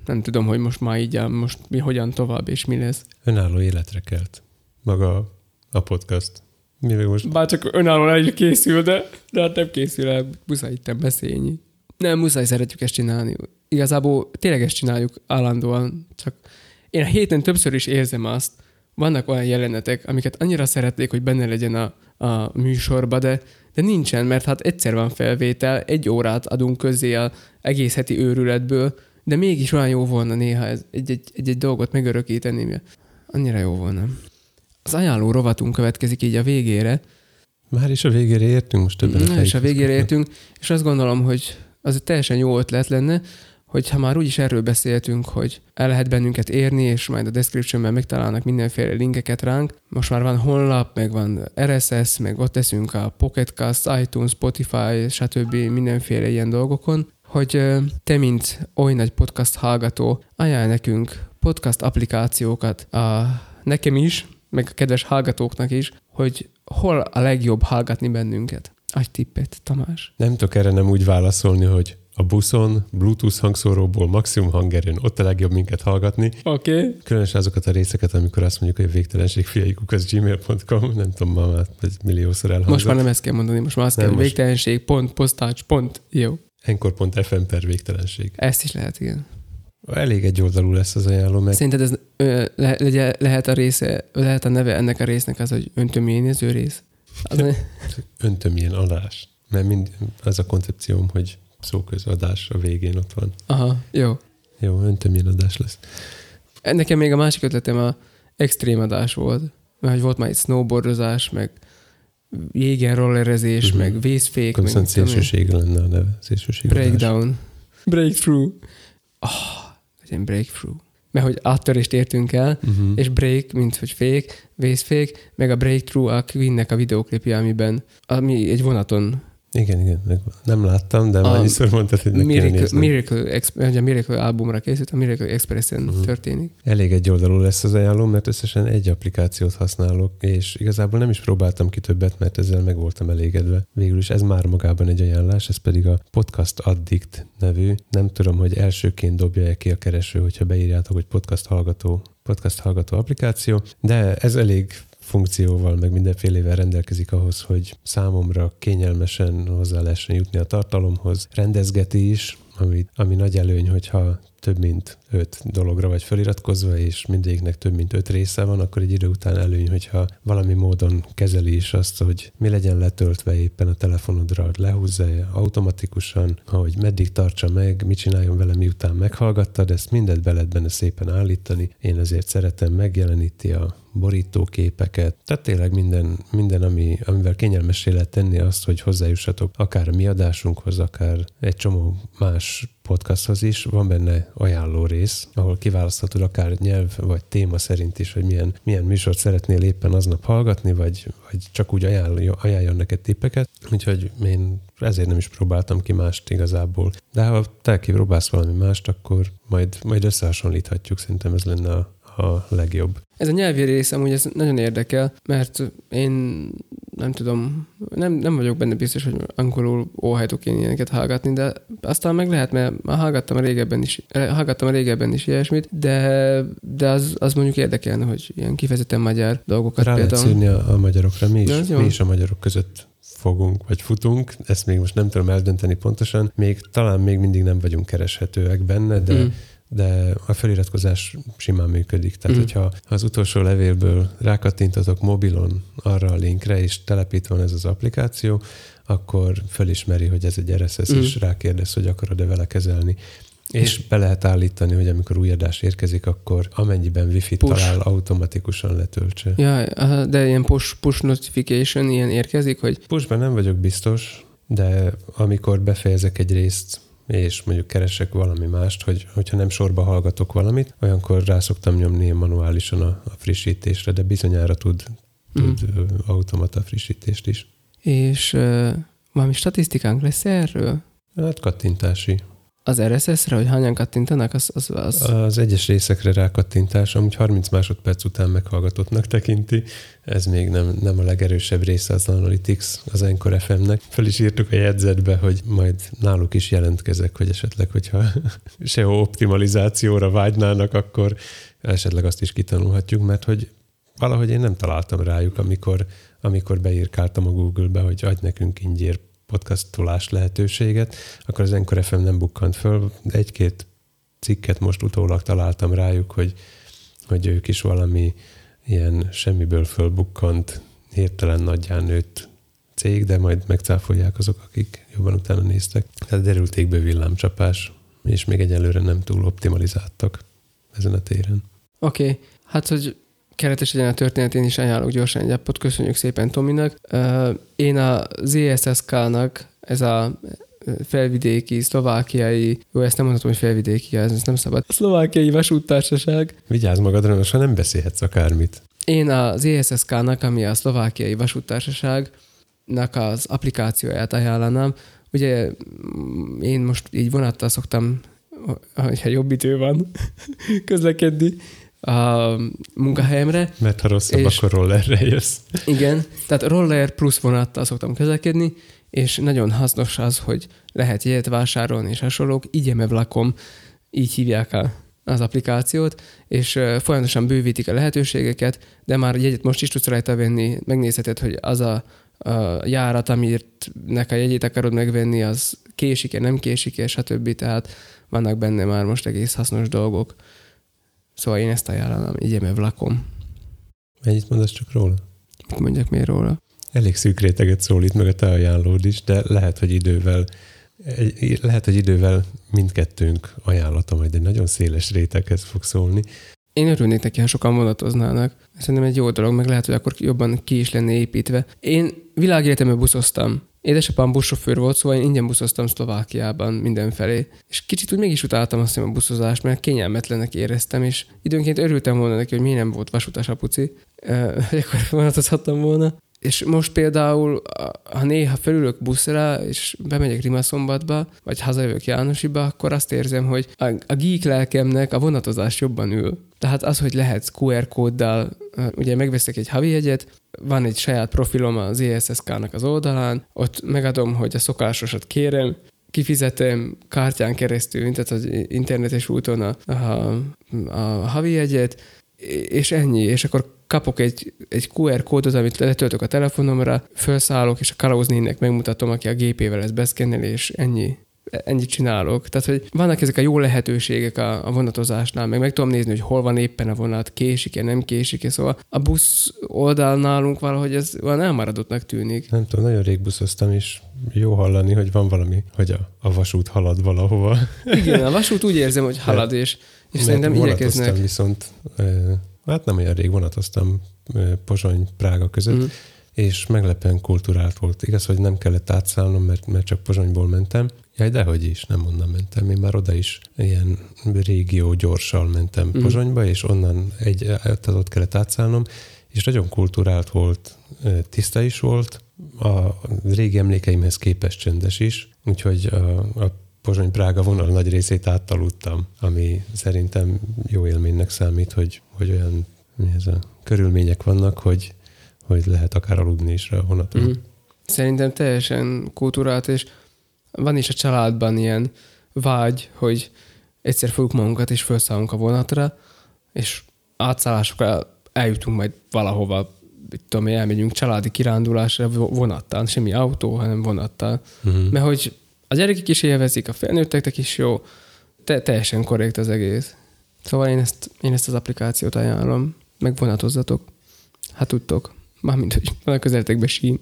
Nem tudom, hogy most már így áll, most mi hogyan tovább, és mi lesz. Önálló életre kelt. Maga a podcast. Mi még most? Bár csak önállóan el is készül, de, de hát nem készül el. Muszáj itten beszélni. Nem, muszáj szeretjük ezt csinálni. Igazából tényleg ezt csináljuk állandóan, csak én a héten többször is érzem azt, vannak olyan jelenetek, amiket annyira szeretnék, hogy benne legyen a, a műsorba, de, de nincsen, mert hát egyszer van felvétel, egy órát adunk közzé az egész heti őrületből, de mégis olyan jó volna néha ez, egy-egy, egy-egy dolgot megörökíteni, mert annyira jó volna. Az ajánló rovatunk következik így a végére. Már is a végére értünk, most többen. Na, és a végére értünk, és azt gondolom, hogy az egy teljesen jó ötlet lenne, hogy ha már úgyis erről beszéltünk, hogy el lehet bennünket érni, és majd a descriptionben megtalálnak mindenféle linkeket ránk. Most már van honlap, meg van er es es, meg ott teszünk a Pocket Cast, iTunes, Spotify, stb. Mindenféle ilyen dolgokon, hogy te, mint oly nagy podcast hallgató, ajánl nekünk podcast applikációkat a, nekem is, meg a kedves hallgatóknak is, hogy hol a legjobb hallgatni bennünket. Adj tippet, Tamás. Nem tudok erre nem úgy válaszolni, hogy a buszon, Bluetooth hangszóróból maximum hangerőn, ott a legjobb minket hallgatni. Oké. Okay. Különösen azokat a részeket, amikor azt mondjuk, hogy a végtelenség fiaikuk, az gmail pont com, nem tudom, ma már milliószor elhangzott. Most már nem ezt kell mondani, most már azt kell, hogy végtelenség pont postács pont jó. Encore pont ef em per végtelenség. Ezt is lehet, igen. Elég egy oldalú lesz az ajánló meg. Szerinted ez ö, le, le, lehet a része, lehet a neve ennek a résznek az, hogy öntöményező rész? Az öntömén adás. Mert mind, az a koncepcióm, hogy szóközadás a végén ott van. Aha, jó. Jó, öntömén adás lesz. Nekem még a másik ötletem a extrém adás volt. Mert hogy volt már egy snowboardozás, meg jégen rollerezés, uh-huh. meg vészfék. Akkor viszont szélsőség lenne a neve. Szélsőség Breakdown. Adás. Breakthrough. Oh, legyen breakthrough. Mert hogy áttörést értünk el, uh-huh. és break, mint hogy fék, vészfék, meg a breakthrough a Queennek a videóklipje, amiben, ami egy vonaton. Igen, igen. Nem láttam, de már annyiszor mondtad, hogy neki Miracle, Miracle, a Miracle albumra készült, a Miracle Expressen uh-huh. történik. Elég egy oldalú lesz az ajánló, mert összesen egy applikációt használok, és igazából nem is próbáltam ki többet, mert ezzel meg voltam elégedve. Végül is ez már magában egy ajánlás, ez pedig a Podcast Addict nevű. Nem tudom, hogy elsőként dobja-e ki a kereső, hogyha beírjátok, hogy podcast hallgató, podcast hallgató applikáció, de ez elég funkcióval, meg mindenfélével rendelkezik ahhoz, hogy számomra kényelmesen hozzá lehessen jutni a tartalomhoz. Rendezgeti is, ami, ami nagy előny, hogyha több mint öt dologra vagy feliratkozva, és mindegyiknek több mint öt része van, akkor egy idő után előny, hogyha valami módon kezeli is azt, hogy mi legyen letöltve éppen a telefonodra, lehúzza automatikusan, hogy meddig tartsa meg, mit csináljon vele, miután meghallgattad, ezt mindet be lehet benne szépen állítani. Én ezért szeretem, megjeleníti a borítóképeket. Tehát tényleg minden, minden ami, amivel kényelmessé lehet tenni azt, hogy hozzájussatok akár a mi adásunkhoz, akár egy csomó más podcasthoz is. Van benne ajánló rész, ahol kiválaszthatod akár nyelv vagy téma szerint is, hogy milyen, milyen műsort szeretnél éppen aznap hallgatni, vagy, vagy csak úgy ajánljon, ajánljon neked tippeket. Úgyhogy én ezért nem is próbáltam ki mást igazából. De ha te kipróbálsz valami mást, akkor majd, majd összehasonlíthatjuk. Szerintem ez lenne a a legjobb. Ez a nyelvi rész amúgy ez nagyon érdekel, mert én nem tudom, nem, nem vagyok benne biztos, hogy angolul óhajtok én ilyeneket hallgatni, de aztán meg lehet, mert már hallgattam a régebben is, hallgattam a régebben is ilyesmit, de, de az, az mondjuk érdekelne, hogy ilyen kifejezetten magyar dolgokat rá például. Rá lehet szűrni a, a magyarokra, mi is, mi is a magyarok között fogunk, vagy futunk, ezt még most nem tudom eldönteni pontosan, még talán még mindig nem vagyunk kereshetőek benne, de mm. de a feliratkozás simán működik. Tehát, mm. hogyha az utolsó levélből rákattintatok mobilon arra a linkre, és telepítve van ez az applikáció, akkor felismeri, hogy ez egy er es es, mm. és rákérdez, hogy akarod-e vele kezelni. És be lehet állítani, hogy amikor új adás érkezik, akkor amennyiben wifi-t push. talál, automatikusan letöltse. Ja, de ilyen push, push notification ilyen érkezik, hogy... Pushban nem vagyok biztos, de amikor befejezek egy részt, és mondjuk keresek valami mást, hogy, hogyha nem sorba hallgatok valamit, olyankor rá szoktam nyomni manuálisan a, a frissítésre, de bizonyára tud, tud mm. automata frissítést is. És uh, valami statisztikánk lesz erről? Hát kattintási. Az er es es-re, hogy hányan kattintanak? Az, az, az... Az egyes részekre rákattintás, amúgy harminc másodperc után meghallgatottnak tekinti. Ez még nem, nem a legerősebb része az Analytics, az Anchor ef em-nek. Fel is írtuk a jegyzetbe, hogy majd náluk is jelentkezek, hogy esetleg, hogyha es e o optimalizációra vágynának, akkor esetleg azt is kitanulhatjuk, mert hogy valahogy én nem találtam rájuk, amikor, amikor beírkáltam a Google-be, hogy adj nekünk ingyér podcastolás lehetőséget, akkor az Anchor ef em nem bukkant föl. Egy-két cikket most utólag találtam rájuk, hogy, hogy ők is valami ilyen semmiből fölbukkant, hirtelen nagyján nőtt cég, de majd megcáfolják azok, akik jobban utána néztek. Tehát derültékből villámcsapás, és még egyelőre nem túl optimalizáltak ezen a téren. Oké, okay. Hát, hogy keretes legyen a történet, én is ajánlok gyorsan egy appot, köszönjük szépen Tominak. Én a zé es es ká-nak, ez a felvidéki, szlovákiai, jó, ezt nem mondhatom, hogy felvidéki, ez nem szabad. A szlovákiai vasúttársaság. Vigyázz magadra, most ha nem beszélhetsz akármit. Én a zé es es ká-nak, ami a szlovákiai vasúttársaságnak az applikációját ajánlanám. Ugye én most így vonattal szoktam, hogyha jobb idő van, közlekedni a munkahelyemre. Mert ha rosszabb, és akkor rollerre jössz. Igen, tehát roller plusz vonattal szoktam közlekedni, és nagyon hasznos az, hogy lehet jegyet vásárolni és hasonlók. Igyeme Vlakom, így hívják a, az applikációt, és uh, folyamatosan bővítik a lehetőségeket, de már jegyet most is tudsz rajta venni, megnézheted, hogy az a, a járat, amirtnek a jegyét akarod megvenni, az késik-e, nem késik-e, stb. Tehát vannak benne már most egész hasznos dolgok. Szóval én ezt ajánlanám, Igyeme Vlakom. Mennyit mondasz csak róla? Mit mondjak még róla? Elég szűk réteget szólít meg a te ajánlód is, de lehet, hogy idővel lehet, hogy idővel mindkettőnk ajánlata majd egy nagyon széles réteghez fog szólni. Én örülnék neki, ha sokan vonatoznának. Szerintem egy jó dolog, meg lehet, hogy akkor jobban ki is lenne építve. Én világéletemben buszoztam. Édesapám buszsofőr volt, szóval én ingyen buszoztam Szlovákiában mindenfelé. És kicsit úgy mégis utáltam azt a buszozást, mert kényelmetlennek éreztem, és időnként örültem volna neki, hogy miért nem volt vasutas apuci, hogy akkor vonatozhattam volna. És most például, ha néha felülök buszra, és bemegyek Rimaszombatba, vagy hazajövök Jánosiba, akkor azt érzem, hogy a, a geek lelkemnek a vonatozás jobban ül. Tehát az, hogy lehet kú er kóddal, ugye megveszek egy havi jegyet, van egy saját profilom a zé es es ká-nak az oldalán, ott megadom, hogy a szokásosat kérem, kifizetem kártyán keresztül, tehát az internetes úton a, a, a havi jegyet, és ennyi, és akkor kapok egy, egy kú er kódot, amit letöltök a telefonomra, felszállok, és a kalauznének megmutatom, aki a gépével ezt beszkennel, és ennyi. Ennyit csinálok. Tehát, hogy vannak ezek a jó lehetőségek a, a vonatozásnál, meg meg tudom nézni, hogy hol van éppen a vonat, késik-e, nem késik-e, szóval a busz oldal nálunk valahogy ez olyan elmaradottnak tűnik. Nem tudom, nagyon rég buszoztam, és jó hallani, hogy van valami, hogy a, a vasút halad valahova. Igen, a vasút úgy érzem, hogy halad, és, és szerintem igyekeznek. Viszont, hát nem olyan rég vonatoztam Pozsony-Prága között, mm. és meglepően kulturált volt. Igaz, hogy nem kellett átszállnom, mert, mert csak Pozsonyból mentem. Jaj, dehogy is, nem onnan mentem. Én már oda is ilyen régió gyorssal mentem mm. Pozsonyba, és onnan egy, tehát ott kellett átszállnom, és nagyon kulturált volt, tiszta is volt, a régi emlékeimhez képest csendes is, úgyhogy a, a Pozsony-Prága vonal nagy részét áttaludtam, ami szerintem jó élménynek számít, hogy, hogy olyan mi ez a, körülmények vannak, hogy, hogy lehet akár aludni is a vonaton. Mm. Szerintem teljesen kultúrált, és van is a családban ilyen vágy, hogy egyszer fogjuk magunkat, és felszállunk a vonatra, és átszállásokra eljutunk majd valahova, mit tudom, elmegyünk családi kirándulásra vonattal, semmi autó, hanem vonattal. Uh-huh. Mert hogy a gyerekek is élvezik, a felnőtteknek is jó, te- teljesen korrekt az egész. Szóval én ezt, én ezt az applikációt ajánlom, meg vonatozzatok. Hát tudtok, mármint, hogy van a közeletekben sín.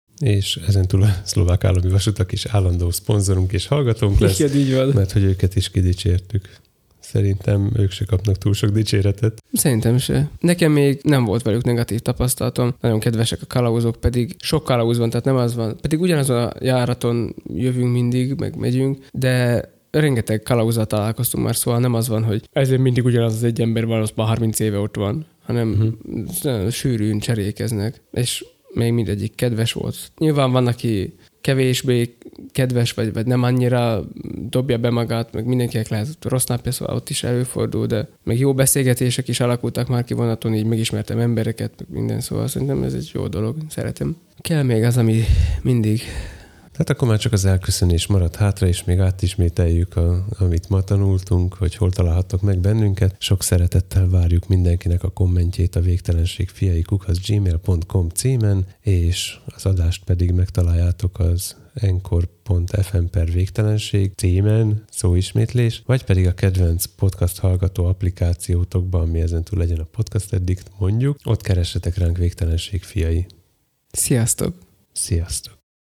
És ezentúl a szlovák állami vasutak is állandó szponzorunk és hallgatónk lesz, Igen, így van. Mert hogy őket is kidicsértük. Szerintem ők se kapnak túl sok dicséretet. Szerintem se. Nekem még nem volt velük negatív tapasztalatom. Nagyon kedvesek a kalauzok, pedig sok kalauz van, tehát nem az van. Pedig ugyanazon a járaton jövünk mindig, meg megyünk, de rengeteg kalauzzal találkoztunk már, szóval nem az van, hogy ezért mindig ugyanaz az egy ember van, az már harminc éve ott van, hanem uh-huh. sűrűn cserékeznek, és még mindegyik kedves volt. Nyilván van, aki kevésbé kedves, vagy, vagy nem annyira dobja be magát, meg mindenkinek lehet rossz napja, szóval ott is előfordul, de meg jó beszélgetések is alakultak már ki vonaton, így megismertem embereket, meg minden, szóval szerintem ez egy jó dolog, szeretem. Kell még az, ami mindig... Tehát akkor már csak az elköszönés maradt hátra, és még átismételjük, a, amit ma tanultunk, hogy hol találhattok meg bennünket. Sok szeretettel várjuk mindenkinek a kommentjét a végtelenség fiai kukac gmail pont com címen, és az adást pedig megtaláljátok az encore pont f m per végtelenség címen, szóismétlés, vagy pedig a kedvenc podcast hallgató applikációtokban, ami ezen túl legyen a podcast eddig, mondjuk, ott keressetek ránk végtelenség fiai. Sziasztok! Sziasztok!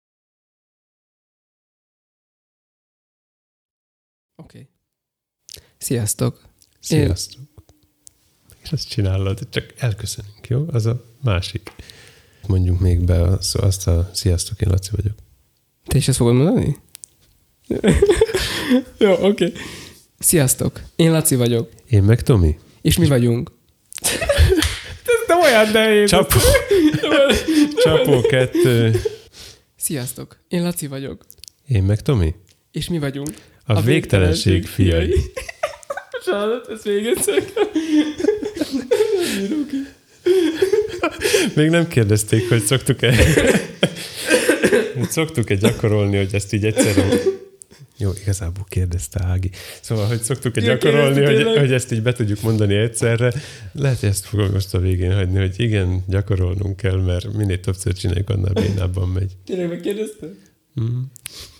Oké. Okay. Sziasztok! Sziasztok! És azt csinálod, csak elköszönünk, jó? Az a másik. Mondjuk még be az, azt a sziasztok, én Laci vagyok. Te is ezt fogod mondani? Jó, oké. Okay. Sziasztok! Én Laci vagyok. Én meg Tomi. És mi vagyunk? Ez nem olyan nehéz. Csapó. Csapó kettő. Sziasztok! Én Laci vagyok. Én meg Tomi. És mi vagyunk? A, a végtelenség, végtelenség fiai. fiai. Bocsánat, ezt még egyszer. Még nem kérdezték, hogy szoktuk-e hogy szoktuk-e gyakorolni, hogy ezt így egyszerűen... Jó, igazából kérdezte Ági. Szóval, hogy szoktuk-e Jó, gyakorolni, hogy, hogy ezt így be tudjuk mondani egyszerre. Lehet, hogy ezt fogom most a végén hagyni, hogy igen, gyakorolnunk kell, mert minél többször csináljuk, annál bénábban megy. Tényleg megkérdezte? Mm.